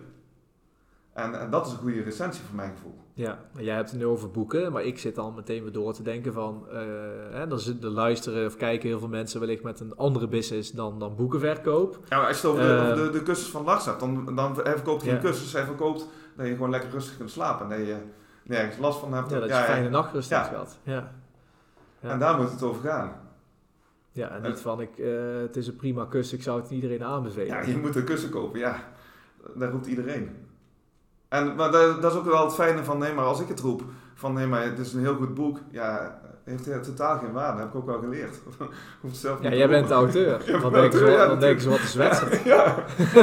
En, en dat is een goede recensie voor mijn gevoel. Ja, jij hebt het nu over boeken, maar ik zit al meteen weer door te denken van, uh, hè, dan zitten luisteren of kijken heel veel mensen wellicht met een andere business dan, dan boekenverkoop. Ja, maar als je het over, uh, de, over de, de kussens van Lars hebt, dan, dan hij verkoopt hij ja. kussens, hij verkoopt dat je gewoon lekker rustig kunt slapen en dat je nergens last van hebt. Ja, dat je ja, fijne ja. nachtrust hebt ja. gehad. Ja. Ja. En daar moet het over gaan. Ja, en niet van, ik, uh, het is een prima kussen, ik zou het iedereen aanbevelen. Ja, je moet een kussen kopen, ja. Daar roept iedereen. En, maar dat, dat is ook wel het fijne van, nee, maar als ik het roep, van nee, maar het is een heel goed boek, ja, heeft het totaal geen waarde, dat heb ik ook wel geleerd. zelf ja, jij bent de auteur, ja, dan denken ze wat, ja, denk wat te zwetsen. Ja,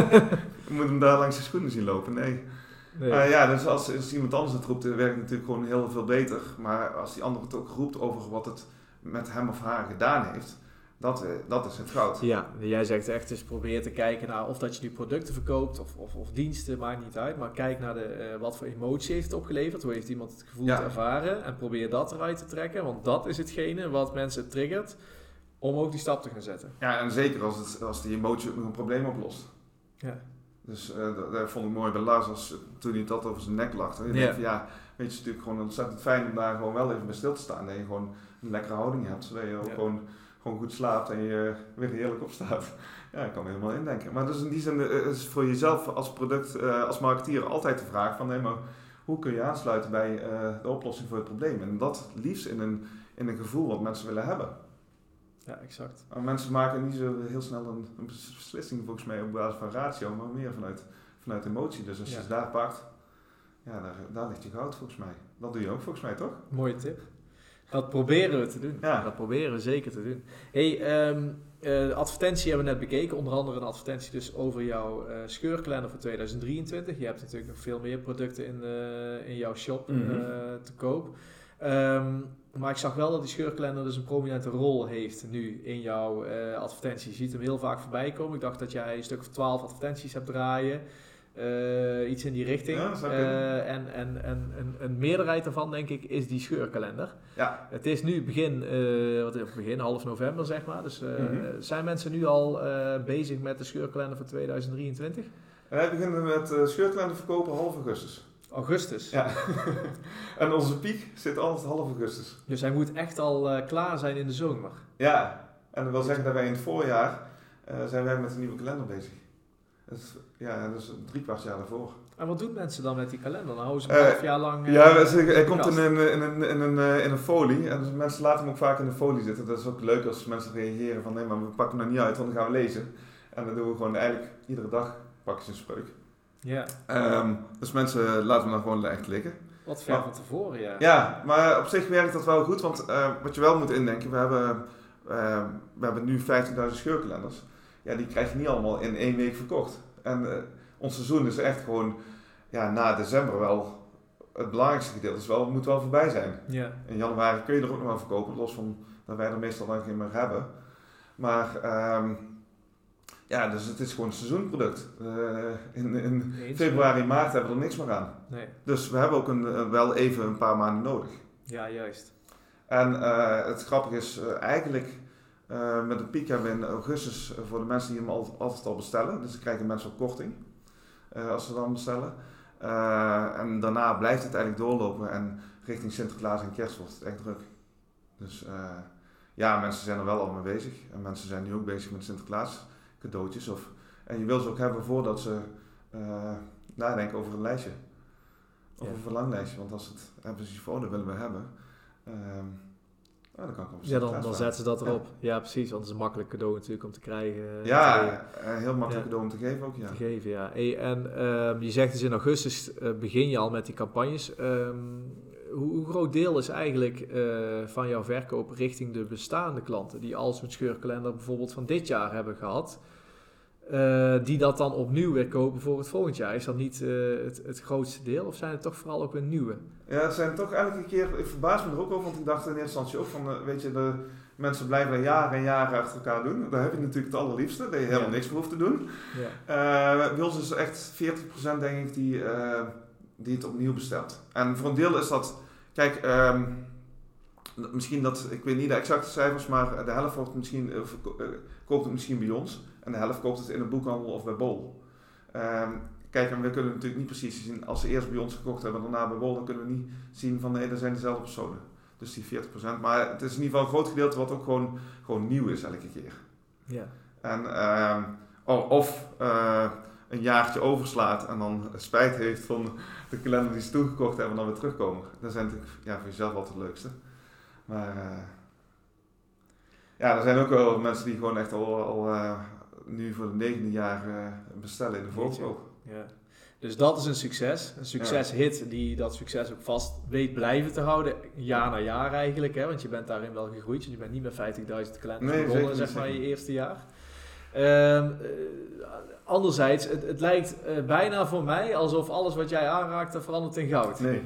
je moet hem daar langs de schoenen zien lopen, nee. nee. Uh, ja, dus als, als iemand anders het roept, werkt het natuurlijk gewoon heel veel beter, maar als die ander het ook roept over wat het met hem of haar gedaan heeft, Dat, dat is het goud. Ja, jij zegt echt eens probeer te kijken naar of dat je die producten verkoopt of, of, of diensten, maakt niet uit. Maar kijk naar de, uh, wat voor emotie heeft het opgeleverd, hoe heeft iemand het gevoeld ja. ervaren en probeer dat eruit te trekken. Want dat is hetgene wat mensen triggert om ook die stap te gaan zetten. Ja, en zeker als, het, als die emotie ook nog een probleem oplost. Ja. Dus uh, dat, dat vond ik mooi bij Lars, als, toen hij dat over zijn nek lag. Je ja. denkt van ja, weet je, het is natuurlijk gewoon ontzettend fijn om daar gewoon wel even bij stil te staan. Dat je gewoon een lekkere houding hebt, zodat je ook ja. gewoon... gewoon goed slaapt en je weer heerlijk opstaat. Ja, ik kan er helemaal indenken. Maar dus in die zin is voor jezelf als product, uh, als marketeer altijd de vraag van, nee, maar hoe kun je aansluiten bij uh, de oplossing voor het probleem? En dat liefst in een, in een gevoel wat mensen willen hebben. Ja, exact. Maar mensen maken niet zo heel snel een, een beslissing volgens mij op basis van ratio, maar meer vanuit, vanuit emotie. Dus als je ja. ze daar pakt, ja, daar, daar ligt je goud volgens mij. Dat doe je ook volgens mij, toch? Mooie tip. Dat proberen we te doen. Ja. Dat proberen we zeker te doen. Hey, um, uh, de advertentie hebben we net bekeken. Onder andere een advertentie dus over jouw uh, scheurkalender voor tweeduizend drieëntwintig. Je hebt natuurlijk nog veel meer producten in, uh, in jouw shop mm-hmm. uh, te koop. Um, maar ik zag wel dat die scheurkalender dus een prominente rol heeft nu in jouw uh, advertentie. Je ziet hem heel vaak voorbij komen. Ik dacht dat jij een stuk of twaalf advertenties hebt draaien. Uh, iets in die richting. Ja, uh, en en, en een, een meerderheid daarvan, denk ik, is die scheurkalender. Ja. Het is nu begin, uh, wat is begin half november, zeg maar. Dus uh, mm-hmm. zijn mensen nu al uh, bezig met de scheurkalender voor tweeduizend drieëntwintig? Wij beginnen met uh, scheurkalender verkopen half augustus. Augustus? Ja. En onze piek zit altijd half augustus. Dus hij moet echt al uh, klaar zijn in de zomer? Ja. En dat wil zeggen dat wij in het voorjaar uh, zijn wij met een nieuwe kalender bezig. Dat is, ja, dat is drie kwart jaar daarvoor. En wat doen mensen dan met die kalender? Dan houden ze een uh, half jaar lang... Uh, ja, hij komt in een, in, een, in, een, in een folie. En dus mensen laten hem ook vaak in een folie zitten. Dat is ook leuk als mensen reageren van nee, maar we pakken hem nou niet uit, want dan gaan we lezen. En dan doen we gewoon eigenlijk iedere dag pakken ze een spreuk. Ja. Um, dus mensen laten hem dan gewoon echt liggen. Wat ver van tevoren, ja. Ja, maar op zich werkt dat wel goed. Want uh, wat je wel moet indenken, we hebben, uh, we hebben nu vijftienduizend scheurkalenders. Ja, die krijg je niet allemaal in één week verkocht. En uh, ons seizoen is echt gewoon ja, na december wel het belangrijkste gedeelte. Dus wel, het moet wel voorbij zijn. Ja. In januari kun je er ook nog wel verkopen, los van dat wij er meestal lang geen meer hebben. Maar um, ja, dus het is gewoon een seizoenproduct. Uh, in in februari, maart hebben we er niks meer aan. Nee. Dus we hebben ook een, uh, wel even een paar maanden nodig. Ja, juist. En uh, het grappige is uh, eigenlijk... Uh, met een piek hebben we in augustus uh, voor de mensen die hem al, altijd al bestellen. Dus dan krijgen mensen ook korting uh, als ze dan bestellen. Uh, en daarna blijft het eigenlijk doorlopen en richting Sinterklaas en Kerst wordt het echt druk. Dus uh, ja, mensen zijn er wel al mee bezig. En mensen zijn nu ook bezig met Sinterklaas cadeautjes. Of, en je wil ze ook hebben voordat ze uh, nadenken over een lijstje. Of ja. een verlanglijstje. Want als het hebben ze van, oh, dat willen we hebben. Uh, Oh, dan kan ik ja, dan, dan zetten ze dat erop. Ja. ja, precies. Want het is een makkelijk cadeau natuurlijk om te krijgen. Ja, te, een heel makkelijk ja. cadeau om te geven ook, ja. Te geven, ja. Hey, en um, je zegt dus in augustus uh, begin je al met die campagnes. Um, hoe, hoe groot deel is eigenlijk uh, van jouw verkoop richting de bestaande klanten die al zo'n scheurkalender bijvoorbeeld van dit jaar hebben gehad? Uh, die dat dan opnieuw weer kopen voor het volgend jaar. Is dat niet uh, het, het grootste deel? Of zijn het toch vooral ook weer nieuwe? Ja, het zijn toch elke keer... Ik verbaas me er ook over, want ik dacht in eerste instantie ook van... Uh, weet je, de mensen blijven jaren en jaren achter elkaar doen. Daar heb je natuurlijk het allerliefste. Dat je helemaal ja. niks voor hoeft te doen. Ja. Uh, bij ons is echt veertig procent denk ik die, uh, die het opnieuw bestelt. En voor een deel is dat... Kijk, um, misschien dat... Ik weet niet de exacte cijfers, maar de helft wordt misschien, uh, uh, koopt het misschien bij ons... En de helft koopt het in een boekhandel of bij Bol. Um, kijk, en we kunnen natuurlijk niet precies zien, als ze eerst bij ons gekocht hebben en daarna bij Bol, dan kunnen we niet zien van nee, dat zijn dezelfde personen. Dus die veertig procent. Maar het is in ieder geval een groot gedeelte wat ook gewoon, gewoon nieuw is elke keer. Ja. En, um, oh, of uh, een jaartje overslaat en dan spijt heeft van de kalender die ze toegekocht hebben en dan weer terugkomen. Dat zijn natuurlijk ja, voor jezelf altijd het leukste. Maar uh, ja, er zijn ook wel mensen die gewoon echt al... al uh, nu voor het negende jaar uh, bestellen in de voorverkoop. Ja. Dus dat is een succes. Een succeshit die dat succes ook vast weet blijven te houden. Jaar na jaar eigenlijk. Hè? Want je bent daarin wel gegroeid. Je bent niet met vijftigduizend kalenders nee, begonnen, zeg maar, in je eerste jaar. Um, uh, anderzijds, het, het lijkt uh, bijna voor mij alsof alles wat jij aanraakt verandert in goud. Nee.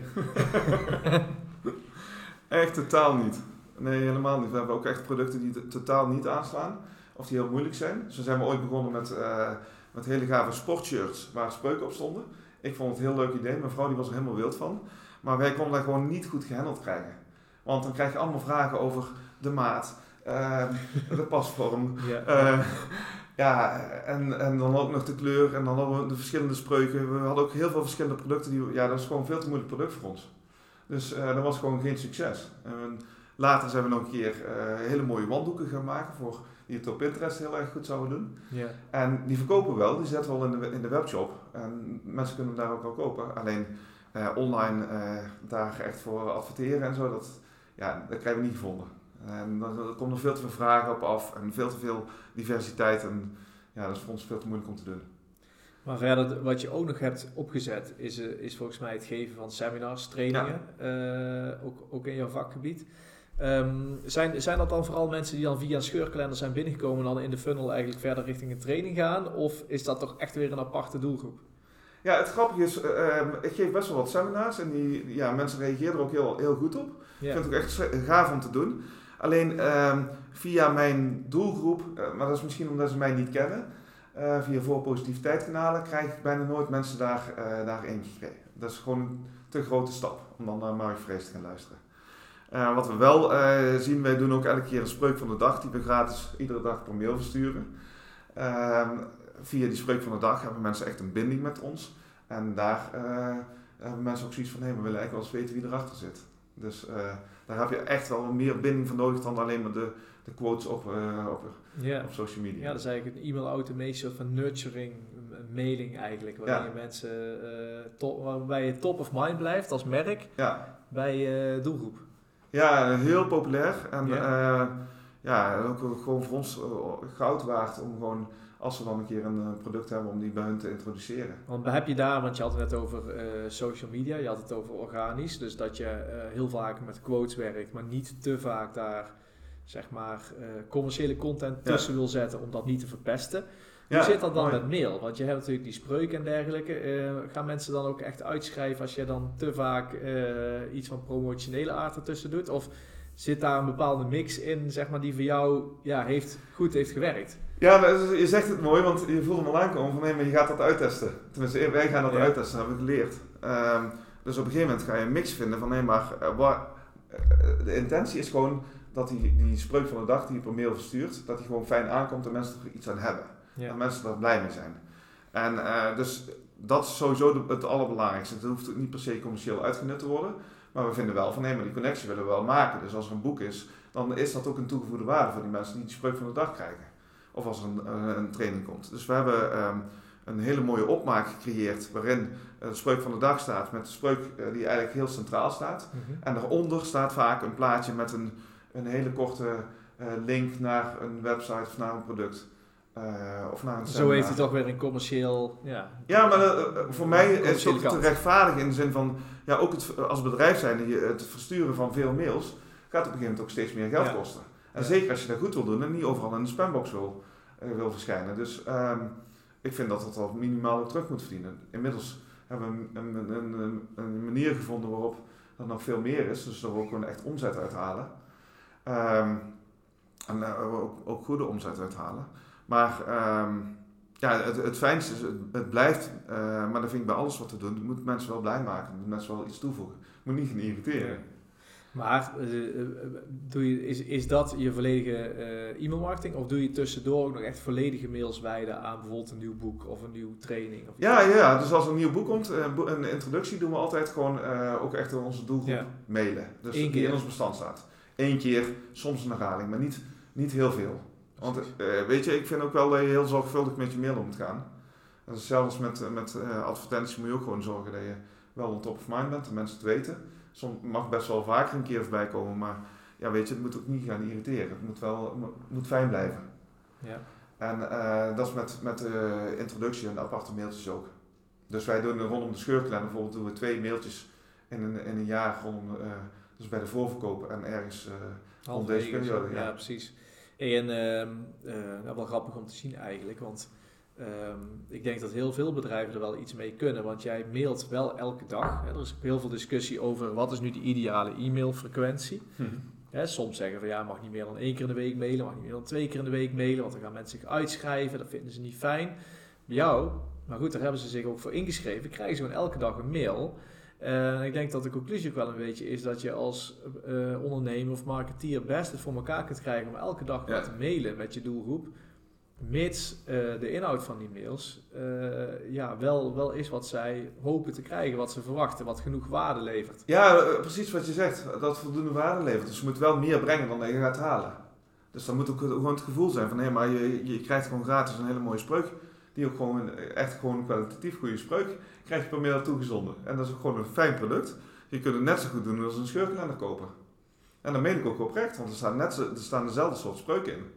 Echt totaal niet. Nee, helemaal niet. We hebben ook echt producten die t- totaal niet aanslaan. Of die heel moeilijk zijn. Zo zijn we ooit begonnen met, uh, met hele gave sportshirts waar spreuken op stonden. Ik vond het een heel leuk idee. Mijn vrouw die was er helemaal wild van. Maar wij konden daar gewoon niet goed gehandeld krijgen. Want dan krijg je allemaal vragen over de maat, uh, de pasvorm. Ja, uh, ja en, en dan ook nog de kleur en dan hadden we de verschillende spreuken. We hadden ook heel veel verschillende producten. Die, ja, dat is gewoon een veel te moeilijk product voor ons. Dus uh, dat was gewoon geen succes. En later zijn we nog een keer uh, hele mooie wanddoeken gaan maken voor... die het op Pinterest heel erg goed zouden doen. Ja. En die verkopen we wel, die zetten we al in de, in de webshop. En mensen kunnen hem daar ook wel kopen. Alleen uh, online uh, daar echt voor adverteren en zo, dat, ja, dat krijgen we niet gevonden. En dan, dan komen er veel te veel vragen op af en veel te veel diversiteit. En ja, dat is voor ons veel te moeilijk om te doen. Maar verder, wat je ook nog hebt opgezet, is, uh, is volgens mij het geven van seminars, trainingen, ja. uh, ook, ook in jouw vakgebied. Um, zijn, zijn dat dan vooral mensen die dan via een scheurkalender zijn binnengekomen en dan in de funnel eigenlijk verder richting een training gaan? Of is dat toch echt weer een aparte doelgroep? Ja, het grappige is, uh, ik geef best wel wat seminars en die, ja, mensen reageren er ook heel, heel goed op. Ja. Ik vind het ook echt gaaf om te doen. Alleen uh, via mijn doelgroep, uh, maar dat is misschien omdat ze mij niet kennen, uh, via voorpositiviteitskanalen, krijg ik bijna nooit mensen daar, uh, daarin gekregen. Dat is gewoon een te grote stap om dan naar Mark Vrees te gaan luisteren. Uh, wat we wel uh, zien, wij doen ook elke keer een spreuk van de dag die we gratis iedere dag per mail versturen. Uh, via die spreuk van de dag hebben mensen echt een binding met ons. En daar uh, hebben mensen ook zoiets van, nee, we willen eigenlijk wel eens weten wie erachter zit. Dus uh, daar heb je echt wel meer binding van nodig dan alleen maar de, de quotes op, uh, op, ja. op social media. Ja, dat is eigenlijk een e-mail automation of een nurturing, een mailing eigenlijk. Waarin ja. je mensen, uh, top, waarbij je top of mind blijft als merk ja. bij je uh, doelgroep. Ja, heel populair. En ja, uh, ja ook gewoon voor ons goud waard om gewoon, als we dan een keer een product hebben, om die bij hun te introduceren. Want heb je daar, want je had het net over uh, social media, je had het over organisch, dus dat je uh, heel vaak met quotes werkt, maar niet te vaak daar, zeg maar, uh, commerciële content tussen ja. wil zetten om dat niet te verpesten. Hoe ja, zit dat dan mooi. Met mail? Want je hebt natuurlijk die spreuken en dergelijke. Uh, gaan mensen dan ook echt uitschrijven als je dan te vaak uh, iets van promotionele aard ertussen doet? Of zit daar een bepaalde mix in, zeg maar, die voor jou ja, heeft, goed heeft gewerkt? Ja, je zegt het mooi, want je voelt hem al aankomen van nee, maar je gaat dat uittesten. Tenminste, wij gaan dat ja. uittesten, dat hebben we geleerd. Um, dus op een gegeven moment ga je een mix vinden van nee, maar uh, waar, uh, de intentie is gewoon dat die, die spreuk van de dag die je per mail verstuurt, dat die gewoon fijn aankomt en mensen er iets aan hebben. Ja. Dat mensen er blij mee zijn. En uh, dus dat is sowieso de, het allerbelangrijkste. Het hoeft niet per se commerciëel uitgenut te worden. Maar we vinden wel van nee, maar die connectie willen we wel maken. Dus als er een boek is, dan is dat ook een toegevoegde waarde voor die mensen die die spreuk van de dag krijgen. Of als er een, een, een training komt. Dus we hebben um, een hele mooie opmaak gecreëerd waarin de spreuk van de dag staat met de spreuk uh, die eigenlijk heel centraal staat. Mm-hmm. En daaronder staat vaak een plaatje met een, een hele korte uh, link naar een website of naar een product. Uh, of naar een Zo heeft hij toch weer een commercieel... Ja, ja maar uh, voor mij is het ook te rechtvaardigen in de zin van... Ja, ook het, als bedrijf zijn, het versturen van veel mails... gaat op een gegeven moment ook steeds meer geld ja. kosten. En ja. zeker als je dat goed wil doen en niet overal in de spambox wil, uh, wil verschijnen. Dus um, ik vind dat dat al minimaal terug moet verdienen. Inmiddels hebben we een, een, een, een manier gevonden waarop dat nog veel meer is. Dus dat we ook gewoon echt omzet uithalen. Um, en uh, ook, ook goede omzet uithalen. Maar um, ja, het, het fijnste is, het, het blijft, uh, maar dat vind ik bij alles wat we doen, je moet mensen wel blij maken, je moet mensen wel iets toevoegen. Je moet niet gaan irriteren. Ja. Maar uh, doe je, is, is dat je volledige uh, e-mailmarketing of doe je tussendoor ook nog echt volledige mails wijden aan bijvoorbeeld een nieuw boek of een nieuwe training? Of ja, ja, dus als er een nieuw boek komt, een introductie, doen we altijd gewoon uh, ook echt onze doelgroep ja. mailen. Dus Eén die keer. In ons bestand staat. Eén keer, soms een herhaling, maar niet, niet heel veel. Want uh, weet je, ik vind ook wel dat je heel zorgvuldig met je mail om moet gaan. En zelfs met, met uh, advertenties moet je ook gewoon zorgen dat je wel on top of mind bent, dat mensen het weten. Soms mag best wel vaker een keer voorbij komen, maar ja, weet je, het moet ook niet gaan irriteren. Het moet wel het moet fijn blijven. Ja. En uh, dat is met, met de introductie en de aparte mailtjes ook. Dus wij doen rondom de scheurkalender bijvoorbeeld doen we twee mailtjes in een, in een jaar rondom, uh, dus bij de voorverkoop en ergens uh, rond deze periode. Ja, ja, precies. En uh, uh, nou, wel grappig om te zien eigenlijk, want um, ik denk dat heel veel bedrijven er wel iets mee kunnen, want jij mailt wel elke dag. Hè? Er is heel veel discussie over wat is nu de ideale e-mailfrequentie. Hmm. Hè, soms zeggen van ja, mag niet meer dan één keer in de week mailen, mag niet meer dan twee keer in de week mailen, want dan gaan mensen zich uitschrijven, dat vinden ze niet fijn. Bij jou, maar goed, daar hebben ze zich ook voor ingeschreven, krijgen ze gewoon elke dag een mail. Uh, ik denk dat de conclusie ook wel een beetje is dat je als uh, ondernemer of marketeer best het voor elkaar kunt krijgen om elke dag ja. te mailen met je doelgroep. Mits uh, de inhoud van die mails uh, ja, wel, wel is wat zij hopen te krijgen, wat ze verwachten, wat genoeg waarde levert. Ja, uh, precies wat je zegt, dat voldoende waarde levert. Dus je moet wel meer brengen dan dat je gaat halen. Dus dan moet ook gewoon het gevoel zijn van hé, maar je, je krijgt gewoon gratis een hele mooie spreuk. Die ook gewoon echt gewoon een kwalitatief goede spreuk krijg je per mail toegezonden. En dat is ook gewoon een fijn product. Je kunt het net zo goed doen als een scheurkalender kopen. En dat meen ik ook oprecht, want er staan, net zo, er staan dezelfde soort spreuken in.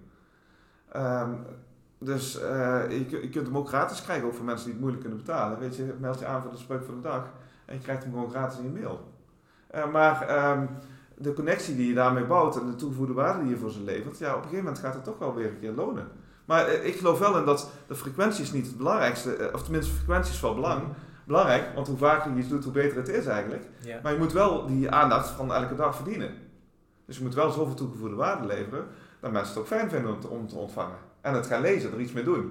Um, dus uh, je, je kunt hem ook gratis krijgen, ook voor mensen die het moeilijk kunnen betalen. Weet je, meld je aan voor de spreuk van de dag en je krijgt hem gewoon gratis in je mail. Uh, maar um, de connectie die je daarmee bouwt en de toegevoegde waarde die je voor ze levert, ja, op een gegeven moment gaat het toch wel weer een keer lonen. Maar uh, ik geloof wel in dat de frequentie is niet het belangrijkste, uh, of tenminste de frequentie is wel belang, belangrijk, want hoe vaker je iets doet, hoe beter het is eigenlijk. Ja. Maar je moet wel die aandacht van elke dag verdienen. Dus je moet wel zoveel toegevoegde waarde leveren, dat mensen het ook fijn vinden om te, om te ontvangen. En het gaan lezen, er iets mee doen.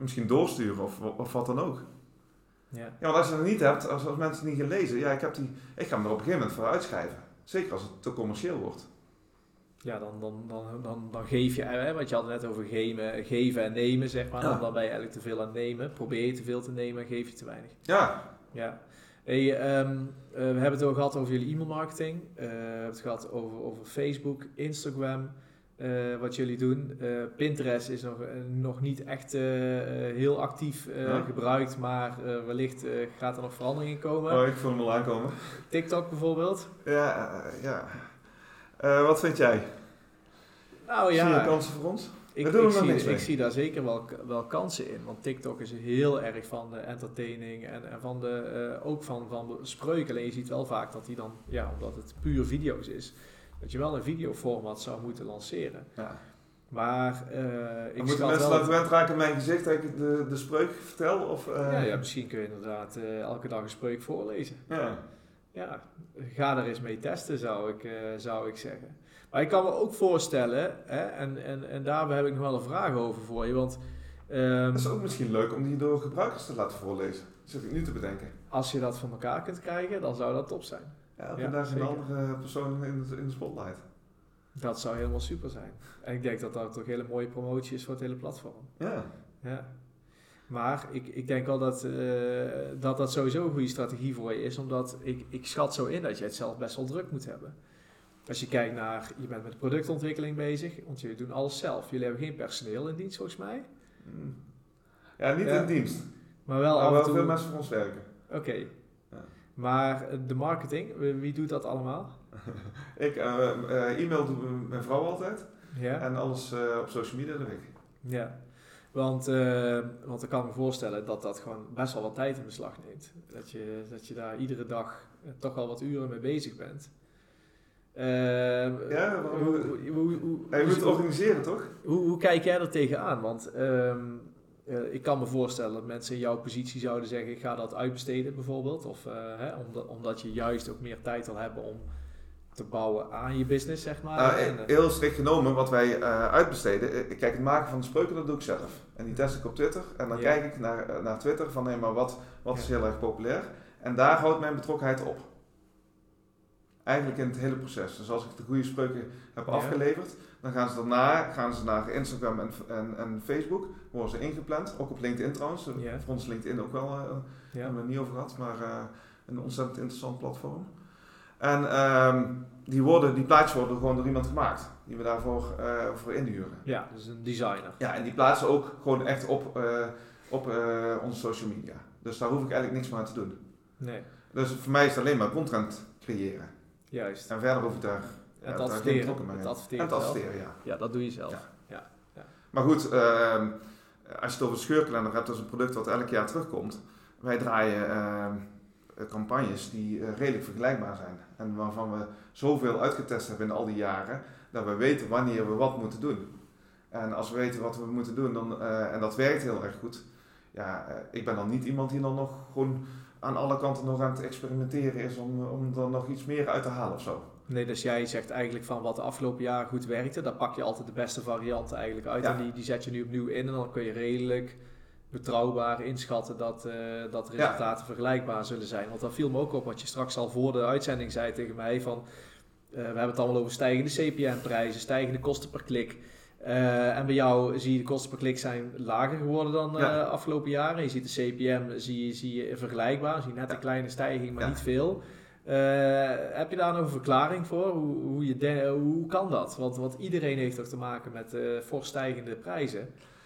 Misschien doorsturen of, of wat dan ook. Ja. Ja, want als je het niet hebt, als, als mensen het niet gaan lezen, ja, ik, heb die, ik ga hem er op een gegeven moment voor uitschrijven. Zeker als het te commercieel wordt. Ja, dan, dan, dan, dan, dan geef je, hè, wat je had net over geven, geven en nemen, zeg maar. Ja. Dan ben je eigenlijk te veel aan het nemen. Probeer je te veel te nemen en geef je te weinig. Ja. Ja. Hey, um, uh, we hebben het ook gehad over jullie e-mailmarketing. Uh, we hebben het gehad over, over Facebook, Instagram, uh, wat jullie doen. Uh, Pinterest is nog, uh, nog niet echt uh, heel actief uh, ja. gebruikt, maar uh, wellicht uh, gaat er nog verandering in komen. Oh, ik voel hem al aankomen. TikTok bijvoorbeeld. Ja, uh, ja. Uh, wat vind jij? Nou ja. Zie je kansen voor ons? Ik, ik, zie, ik zie daar zeker wel, wel kansen in, want TikTok is heel erg van de entertaining en, en van de, uh, ook van, van de spreuken. Alleen je ziet wel vaak dat die dan, ja, omdat het puur video's is, dat je wel een videoformat zou moeten lanceren. Ja. Maar uh, ik dan moeten mensen laten gewend raken in mijn gezicht dat ik de, de spreuk vertel? Of, uh... ja, ja, misschien kun je inderdaad uh, elke dag een spreuk voorlezen. Ja. Ja, ga er eens mee testen, zou ik, uh, zou ik zeggen. Maar ik kan me ook voorstellen, hè, en, en, en daar heb ik nog wel een vraag over voor je, want... Um, dat is ook misschien leuk om die door gebruikers te laten voorlezen. Dat zit ik nu te bedenken. Als je dat van elkaar kunt krijgen, dan zou dat top zijn. Ja, elke ja, dag een andere persoon in de, in de spotlight. Dat zou helemaal super zijn. En ik denk dat dat toch een hele mooie promotie is voor het hele platform. Ja. Ja. Maar ik, ik denk wel dat, uh, dat dat sowieso een goede strategie voor je is, omdat ik, ik schat zo in dat je het zelf best wel druk moet hebben. Als je kijkt naar, je bent met productontwikkeling bezig, want jullie doen alles zelf. Jullie hebben geen personeel in dienst volgens mij. Ja, niet ja. in dienst. Maar wel maar af wel en toe... veel mensen voor ons werken. Oké. Okay. Ja. Maar de marketing, wie doet dat allemaal? ik, uh, uh, e-mail doet mijn vrouw altijd. Ja. En alles uh, op social media doe ik. Ja. Want, uh, want ik kan me voorstellen dat dat gewoon best wel wat tijd in beslag neemt. Dat je, dat je daar iedere dag uh, toch wel wat uren mee bezig bent. Uh, ja, hoe, hoe, hoe, hoe, ja, je moet het organiseren, toch? Hoe, hoe kijk jij er tegenaan? Want um, uh, ik kan me voorstellen dat mensen in jouw positie zouden zeggen, ik ga dat uitbesteden bijvoorbeeld. Of uh, hè, omdat, omdat je juist ook meer tijd wil hebben om te bouwen aan je business, zeg maar. Uh, en, heel strikt genomen, wat wij uh, uitbesteden, kijk, het maken van de spreuken, dat doe ik zelf. En die test ik op Twitter. En dan ja. kijk ik naar, naar Twitter van, hé, maar wat, wat is ja. heel erg populair? En daar houdt mijn betrokkenheid op. Eigenlijk in het hele proces. Dus als ik de goede spreuken heb ja. afgeleverd, dan gaan ze daarna gaan ze naar Instagram en, en, en Facebook, worden ze ingepland. Ook op LinkedIn trouwens. Ja. Voor ons LinkedIn ook wel, uh, ja. hebben we het niet over gehad, maar uh, een ontzettend interessant platform. En um, die, worden, die plaatjes worden gewoon door iemand gemaakt, die we daarvoor uh, voor inhuren. Ja, dus een designer. Ja, en die plaatsen ook gewoon echt op, uh, op uh, onze social media. Dus daar hoef ik eigenlijk niks meer aan te doen. Nee. Dus voor mij is het alleen maar content creëren. Juist. En verder hoef ik daar, en het adverteren. En het adverteren, en het adverteren ja. Ja, dat doe je zelf. Ja. Ja. Ja. Maar goed, uh, als je het over de scheurkalender hebt, dat is een product wat elk jaar terugkomt. Wij draaien uh, campagnes die uh, redelijk vergelijkbaar zijn. En waarvan we zoveel uitgetest hebben in al die jaren, dat we weten wanneer we wat moeten doen. En als we weten wat we moeten doen, dan, uh, en dat werkt heel erg goed. Ja, uh, ik ben dan niet iemand die dan nog gewoon aan alle kanten nog aan het experimenteren is om, om er nog iets meer uit te halen of zo. Nee, dus jij zegt eigenlijk van wat de afgelopen jaren goed werkte, daar pak je altijd de beste varianten eigenlijk uit. Ja. En die, die zet je nu opnieuw in en dan kun je redelijk betrouwbaar inschatten dat, uh, dat de resultaten ja. vergelijkbaar zullen zijn. Want dat viel me ook op wat je straks al voor de uitzending zei tegen mij van, uh, we hebben het allemaal over stijgende C P M-prijzen, stijgende kosten per klik. Uh, en bij jou zie je de kosten per klik zijn lager geworden dan de uh, ja. afgelopen jaren. Je ziet de C P M zie je, zie je vergelijkbaar, zie je net ja. een kleine stijging, maar ja. niet veel. Uh, heb je daar nog een verklaring voor? Hoe, hoe, je de, hoe kan dat? Want, want iedereen heeft toch te maken met uh, fors stijgende prijzen.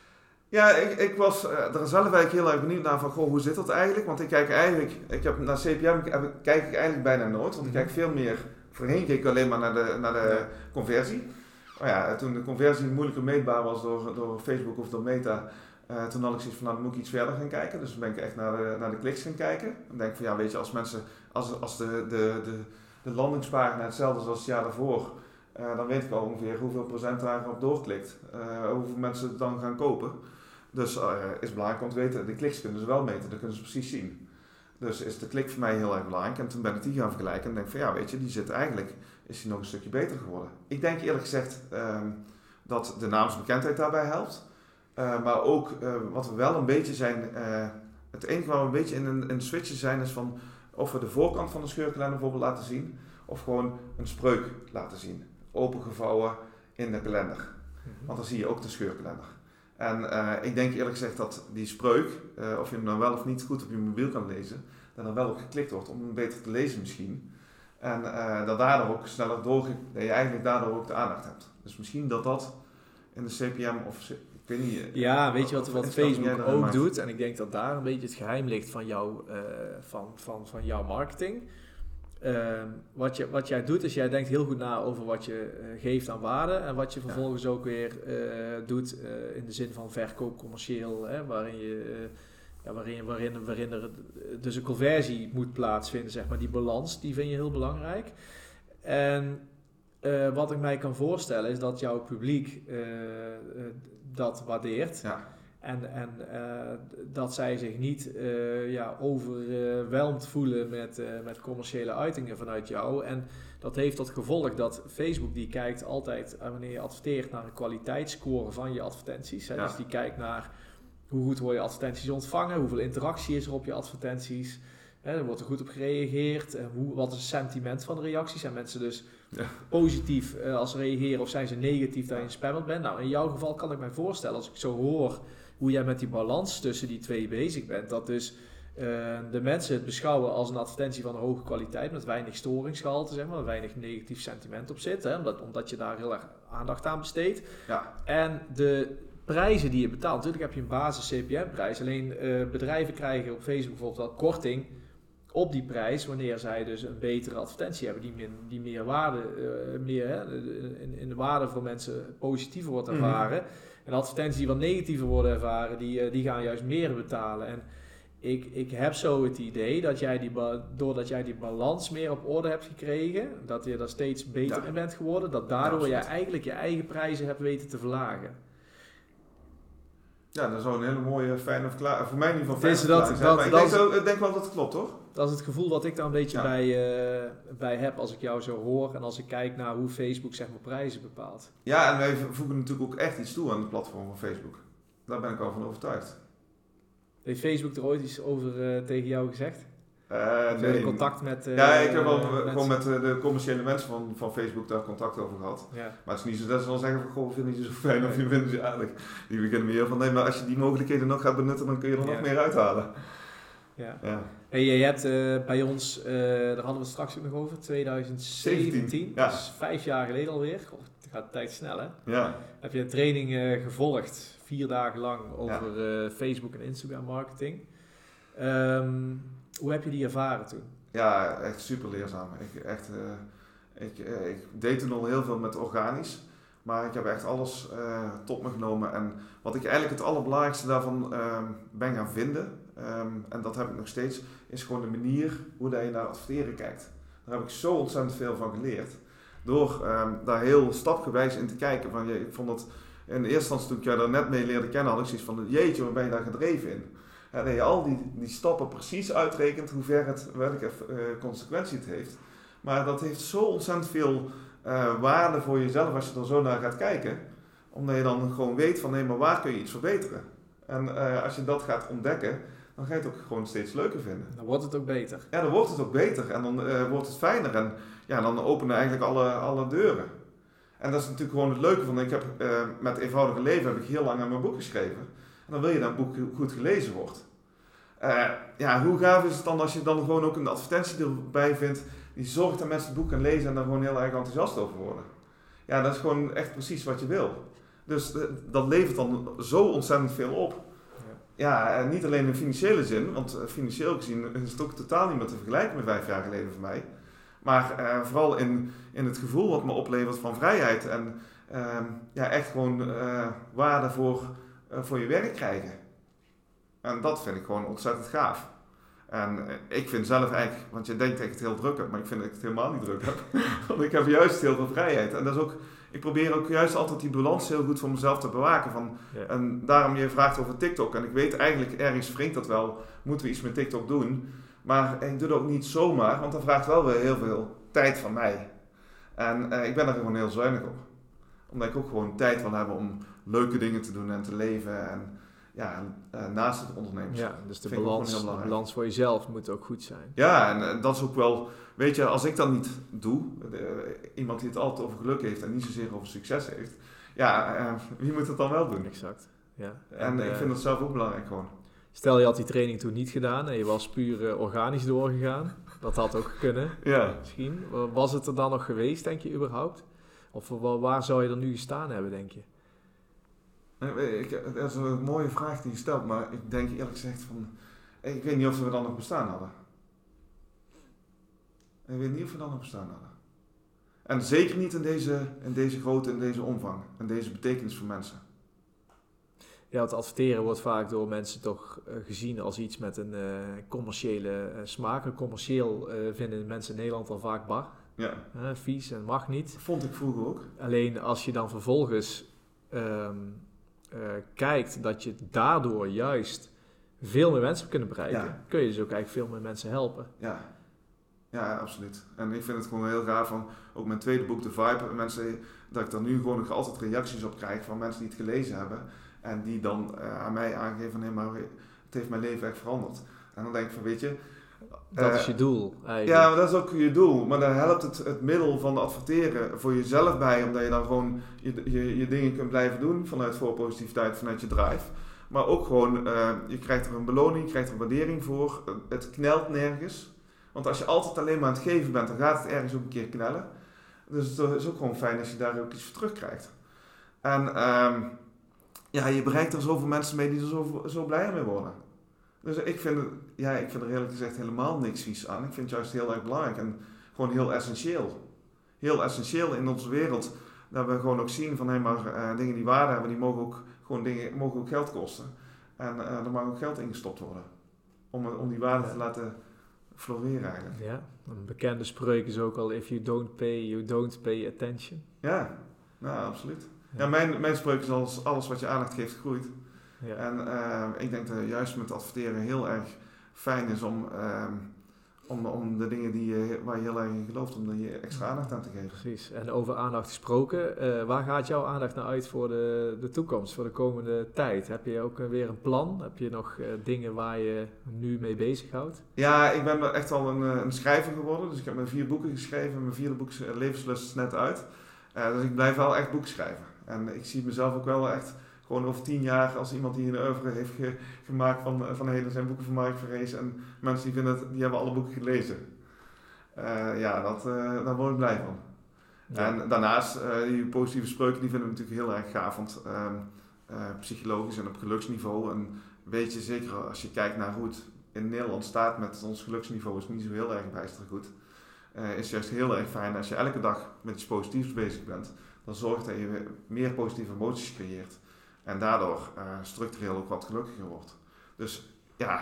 Ja, ik, ik was uh, er zelf eigenlijk heel erg benieuwd naar van, goh, hoe zit dat eigenlijk? Want ik kijk eigenlijk, ik heb naar C P M heb, kijk ik eigenlijk bijna nooit, want mm-hmm. ik kijk veel meer, voorheen keek ik alleen maar naar de, naar de ja. conversie. Oh ja, toen de conversie moeilijker meetbaar was door, door Facebook of door Meta, uh, toen had ik zoiets van, nou, dan moet ik iets verder gaan kijken. Dus dan ben ik echt naar de, naar de kliks gaan kijken. Dan denk ik van, ja, weet je, als mensen, als, als de, de, de, de landingspagina hetzelfde is als het jaar daarvoor, uh, dan weet ik al ongeveer hoeveel procent daarop doorklikt. Uh, hoeveel mensen het dan gaan kopen. Dus uh, is belangrijk om te weten, de kliks kunnen ze wel meten, dat kunnen ze precies zien. Dus is de klik voor mij heel erg belangrijk. En toen ben ik die gaan vergelijken en denk van, ja, weet je, die zit eigenlijk, is die nog een stukje beter geworden. Ik denk eerlijk gezegd um, dat de naamsbekendheid daarbij helpt. Uh, maar ook uh, wat we wel een beetje zijn, uh, het enige waar we een beetje in een, een switchen zijn is van of we de voorkant van de scheurkalender bijvoorbeeld laten zien of gewoon een spreuk laten zien. Opengevouwen in de kalender. Mm-hmm. Want dan zie je ook de scheurkalender. En uh, ik denk eerlijk gezegd dat die spreuk, uh, of je hem nou wel of niet goed op je mobiel kan lezen, dat er wel op geklikt wordt om hem beter te lezen misschien. En uh, dat daardoor ook sneller door, dat je eigenlijk daardoor ook de aandacht hebt. Dus misschien dat dat in de C P M of ik weet niet. Ja, weet je wat, wat Facebook ook doet? En ik denk dat daar een beetje het geheim ligt van, jou, uh, van, van, van jouw marketing. Uh, wat, je, wat jij doet is, jij denkt heel goed na over wat je uh, geeft aan waarde en wat je vervolgens ja. ook weer uh, doet uh, in de zin van verkoop commercieel, hè, waarin je... Uh, Ja, waarin, waarin, waarin er dus een conversie moet plaatsvinden, zeg maar. Die balans, die vind je heel belangrijk. En uh, wat ik mij kan voorstellen is dat jouw publiek uh, uh, dat waardeert. Ja. En, en uh, dat zij zich niet uh, ja, overweldigd voelen met, uh, met commerciële uitingen vanuit jou. En dat heeft tot gevolg dat Facebook die kijkt altijd, uh, wanneer je adverteert, naar een kwaliteitsscore van je advertenties. Hè? Ja. Dus die kijkt naar... Hoe goed worden je advertenties ontvangen? Hoeveel interactie is er op je advertenties? Hè, er wordt er goed op gereageerd. En hoe, wat is het sentiment van de reacties? Zijn mensen dus ja. positief uh, als ze reageren of zijn ze negatief dat je een spammer bent? Nou, in jouw geval kan ik mij voorstellen, als ik zo hoor hoe jij met die balans tussen die twee bezig bent, dat dus uh, de mensen het beschouwen als een advertentie van een hoge kwaliteit met weinig storingsgehalte, zeg maar, weinig negatief sentiment op zit, hè, omdat, omdat je daar heel erg aandacht aan besteedt. Ja. En de prijzen die je betaalt, natuurlijk heb je een basis C P M-prijs. Alleen uh, bedrijven krijgen op Facebook bijvoorbeeld wel korting op die prijs wanneer zij dus een betere advertentie hebben die, min, die meer waarde, uh, meer hè, in, in de waarde voor mensen positiever wordt ervaren. Mm. En advertenties die wat negatiever worden ervaren, die, uh, die gaan juist meer betalen. En ik, ik heb zo het idee dat jij die, doordat jij die balans meer op orde hebt gekregen, dat je daar steeds beter ja. in bent geworden, dat daardoor ja, jij eigenlijk je eigen prijzen hebt weten te verlagen. Ja, dat is wel een hele mooie, fijne verklaring. Voor mij in ieder geval fijne dat, verklaring. Dat, maar ik dat, denk, dat, zo, ik denk wel dat het klopt, hoor. Dat is het gevoel wat ik daar een beetje ja. bij, uh, bij heb als ik jou zo hoor en als ik kijk naar hoe Facebook zeg maar prijzen bepaalt. Ja, en wij voegen natuurlijk ook echt iets toe aan het platform van Facebook. Daar ben ik al van overtuigd. Heeft Facebook er ooit iets over uh, tegen jou gezegd? Uh, nee. Contact met... Uh, ja, ik heb wel uh, gewoon met uh, de commerciële mensen van, van Facebook daar contact over gehad. Ja. Maar het is niet zo dat ze dan zeggen van, goh, we vinden je zo fijn nee. of je vindt je aardig. Die beginnen meer van, nee, maar als je die mogelijkheden nog gaat benutten, dan kun je er ja. nog meer uithalen. Ja. ja. Hey, je hebt uh, bij ons, uh, daar hadden we het straks ook nog over, twintig zeventien, ja. Dat is vijf jaar geleden alweer. God, het gaat de tijd snel, hè? Ja. Heb je een training uh, gevolgd, vier dagen lang, over ja. uh, Facebook en Instagram marketing. Um, hoe heb je die ervaren toen? Ja, echt super leerzaam. Ik, echt, uh, ik, uh, ik deed toen al heel veel met organisch, maar ik heb echt alles uh, tot me genomen. En wat ik eigenlijk het allerbelangrijkste daarvan uh, ben gaan vinden, um, en dat heb ik nog steeds, is gewoon de manier hoe dat je naar adverteren kijkt. Daar heb ik zo ontzettend veel van geleerd. Door um, daar heel stapgewijs in te kijken. Van, je, ik vond dat in de eerste instantie toen ik jou daar net mee leerde kennen, had ik zoiets van, jeetje, waar ben je daar gedreven in? Ja, dat je al die, die stappen precies uitrekent hoe ver het, welke uh, consequentie het heeft. Maar dat heeft zo ontzettend veel uh, waarde voor jezelf als je er zo naar gaat kijken. Omdat je dan gewoon weet van, nee, maar waar kun je iets verbeteren? En uh, als je dat gaat ontdekken, dan ga je het ook gewoon steeds leuker vinden. Dan wordt het ook beter. Ja, dan wordt het ook beter en dan uh, wordt het fijner. En ja, dan openen eigenlijk alle, alle deuren. En dat is natuurlijk gewoon het leuke van, ik heb uh, met Eenvoudige Leven heb ik heel lang aan mijn boek geschreven. En dan wil je dat een boek goed gelezen wordt. Uh, ja, hoe gaaf is het dan als je dan gewoon ook een advertentie erbij vindt die zorgt dat mensen het boek gaan lezen en daar gewoon heel erg enthousiast over worden. Ja, dat is gewoon echt precies wat je wil. Dus uh, dat levert dan zo ontzettend veel op. Ja, ja, niet alleen in financiële zin, want uh, financieel gezien is het ook totaal niet meer te vergelijken met vijf jaar geleden voor mij. Maar uh, vooral in, in het gevoel wat me oplevert van vrijheid en uh, ja, echt gewoon uh, waarde voor, uh, voor je werk krijgen. En dat vind ik gewoon ontzettend gaaf. En uh, ik vind zelf eigenlijk, want je denkt dat ik het heel druk heb, maar ik vind dat ik het helemaal niet druk heb. Want ik heb juist heel veel vrijheid. En dat is ook, ik probeer ook juist altijd die balans heel goed voor mezelf te bewaken. Van, ja. En daarom je vraagt over TikTok. En ik weet eigenlijk, ergens wringt dat wel, moeten we iets met TikTok doen. Maar ik doe dat ook niet zomaar, want dat vraagt wel weer heel veel tijd van mij. En uh, ik ben er gewoon heel zuinig op. Omdat ik ook gewoon tijd wil hebben om leuke dingen te doen en te leven en ja, uh, naast het ondernemerschap. Ja, dus de balans, de balans voor jezelf moet ook goed zijn. Ja, en uh, dat is ook wel, weet je, als ik dat niet doe, de, iemand die het altijd over geluk heeft en niet zozeer over succes heeft, ja, uh, wie moet het dan wel doen? Exact, ja. En, en uh, ik vind dat zelf ook belangrijk gewoon. Stel je had die training toen niet gedaan en je was puur uh, organisch doorgegaan, dat had ook kunnen, ja. Misschien. Was het er dan nog geweest, denk je, überhaupt? Of waar zou je er nu gestaan hebben, denk je? Ik, dat is een mooie vraag die je stelt, maar ik denk eerlijk gezegd van, ik weet niet of we dan nog bestaan hadden. Ik weet niet of we dan nog bestaan hadden. En zeker niet in deze, in deze grootte, in deze omvang, en deze betekenis voor mensen. Ja, het adverteren wordt vaak door mensen toch uh, gezien als iets met een uh, commerciële uh, smaak. Commercieel uh, vinden mensen in Nederland al vaak bar. Ja. Uh, vies en mag niet. Vond ik vroeger ook. Alleen als je dan vervolgens um, uh, kijkt dat je daardoor juist veel meer mensen kunnen bereiken, ja. kun je dus ook eigenlijk veel meer mensen helpen. Ja. Ja, absoluut. En ik vind het gewoon heel raar van, ook mijn tweede boek, The Vibe, mensen, dat ik daar nu gewoon nog altijd reacties op krijg van mensen die het gelezen hebben. En die dan uh, aan mij aangeven van, hé, maar het heeft mijn leven echt veranderd. En dan denk ik van, weet je... Dat uh, is je doel eigenlijk. Ja, maar dat is ook je doel. Maar daar helpt het, het middel van adverteren voor jezelf bij. Omdat je dan gewoon je, je, je dingen kunt blijven doen vanuit voorpositiviteit, vanuit je drive. Maar ook gewoon, uh, je krijgt er een beloning, je krijgt er een waardering voor. Het knelt nergens. Want als je altijd alleen maar aan het geven bent, dan gaat het ergens ook een keer knellen. Dus het is ook gewoon fijn als je daar ook iets voor terugkrijgt. En um, ja, je bereikt er zoveel mensen mee die er zo, zo blij mee worden. Dus ik vind, ja, ik vind er eerlijk gezegd helemaal niks vies aan. Ik vind het juist heel erg belangrijk en gewoon heel essentieel. Heel essentieel in onze wereld. Dat we gewoon ook zien van, hé, maar uh, dingen die waarde hebben, die mogen ook, gewoon dingen, mogen ook geld kosten. En uh, er mag ook geld ingestopt worden. Om, om die waarde te laten floreren eigenlijk. Ja, een bekende spreuk is ook al, if you don't pay, you don't pay attention. Ja, nou absoluut. Ja, ja mijn, mijn spreuk is als alles wat je aandacht geeft groeit. Ja. En uh, ik denk dat juist met adverteren heel erg fijn is om, uh, om, om de dingen die je, waar je heel erg in gelooft, om er je extra aandacht aan te geven. Precies. En over aandacht gesproken, uh, waar gaat jouw aandacht naar uit voor de, de toekomst, voor de komende tijd? Heb je ook weer een plan? Heb je nog uh, dingen waar je nu mee bezighoudt? Ja, ik ben echt al een, een schrijver geworden. Dus ik heb mijn vier boeken geschreven. Mijn vierde boek Levenslust is net uit. Uh, dus ik blijf wel echt boeken schrijven. En ik zie mezelf ook wel echt... Gewoon over tien jaar, als iemand die een oeuvre heeft ge, gemaakt van, van hey, er zijn boeken van Mark Verrees en mensen die vinden het, die hebben alle boeken gelezen. Uh, ja, dat, uh, daar word ik blij van. Ja. En daarnaast, uh, die positieve spreuken, die vinden we natuurlijk heel erg gaaf, want uh, uh, psychologisch en op geluksniveau, en weet je zeker als je kijkt naar hoe het in Nederland staat met ons geluksniveau, is niet zo heel erg bijster goed. Uh, is juist heel erg fijn als je elke dag met iets positiefs bezig bent, dan zorgt dat je meer positieve emoties creëert. En daardoor uh, structureel ook wat gelukkiger wordt. Dus ja,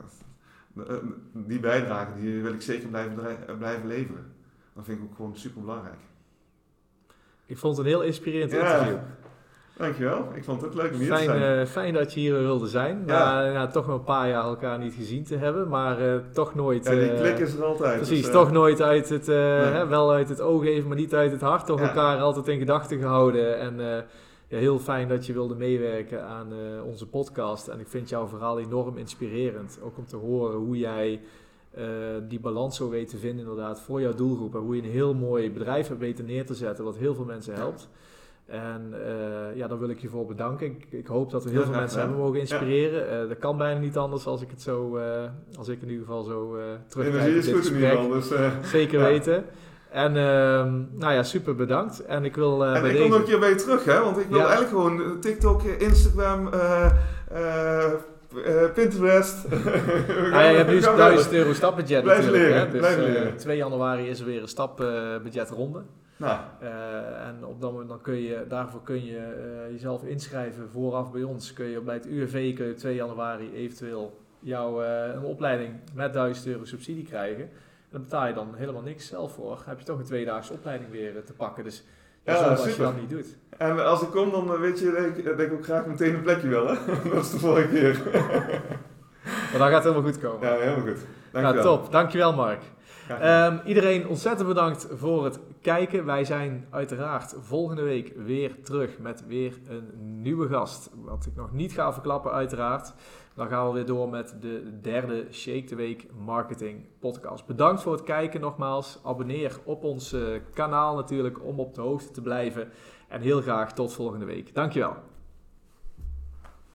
die bijdrage die wil ik zeker blijven, blijven leveren. Dat vind ik ook gewoon super belangrijk. Ik vond het een heel inspirerend ja, interview. Dankjewel, ik vond het leuk om hier fijn, te zijn. Uh, fijn dat je hier wilde zijn. Ja. Na ja, toch nog een paar jaar elkaar niet gezien te hebben, maar uh, toch nooit... Ja, die klik is er altijd. Precies, dus, uh, toch nooit uit het, uh, nee. hè, wel uit het oog even, maar niet uit het hart. Toch ja. elkaar altijd in gedachten gehouden en... Uh, Ja, heel fijn dat je wilde meewerken aan uh, onze podcast. En ik vind jouw verhaal enorm inspirerend. Ook om te horen hoe jij uh, die balans zo weet te vinden inderdaad voor jouw doelgroep. En hoe je een heel mooi bedrijf hebt weten neer te zetten wat heel veel mensen helpt. En uh, ja, daar wil ik je voor bedanken. Ik, ik hoop dat we heel ja, veel mensen ja. hebben mogen inspireren. Ja. Uh, dat kan bijna niet anders als ik het zo, uh, als ik in ieder geval zo uh, terugkijk. Energie is goed in ieder geval. Dus, uh, Zeker ja. weten. En uh, nou ja, super bedankt. En ik wil uh, En bij ik deze... kom ook een keer bij je terug, hè? Want ik wil ja. eigenlijk gewoon TikTok, Instagram, uh, uh, uh, Pinterest. ah, ja, je hebt nu duizend euro stapbudget Blijf natuurlijk. Leren, Hè? Dus blijf uh, leren. twee januari is er weer een stapbudgetronde. Nou. Uh, en op dat moment dan kun je, daarvoor kun je uh, jezelf inschrijven vooraf bij ons. Kun je bij het U W V kun je twee januari eventueel jouw uh, een opleiding met duizend euro subsidie krijgen. Daar betaal je dan helemaal niks zelf voor. Dan heb je toch een tweedaagse opleiding weer te pakken. Dus ja, ja als je dat niet doet. En als ik kom, dan weet je, denk, denk ik ook graag meteen een plekje wel, hè? Dat is de vorige keer. Maar dan gaat het helemaal goed komen. Ja, helemaal goed. Dankjewel. Nou, top. Dankjewel, Mark. Um, iedereen ontzettend bedankt voor het kijken. Wij zijn uiteraard volgende week weer terug met weer een nieuwe gast. Wat ik nog niet ga verklappen uiteraard. Dan gaan we weer door met de derde Shake the Week Marketing podcast. Bedankt voor het kijken nogmaals. Abonneer op ons uh, kanaal natuurlijk om op de hoogte te blijven. En heel graag tot volgende week. Dankjewel.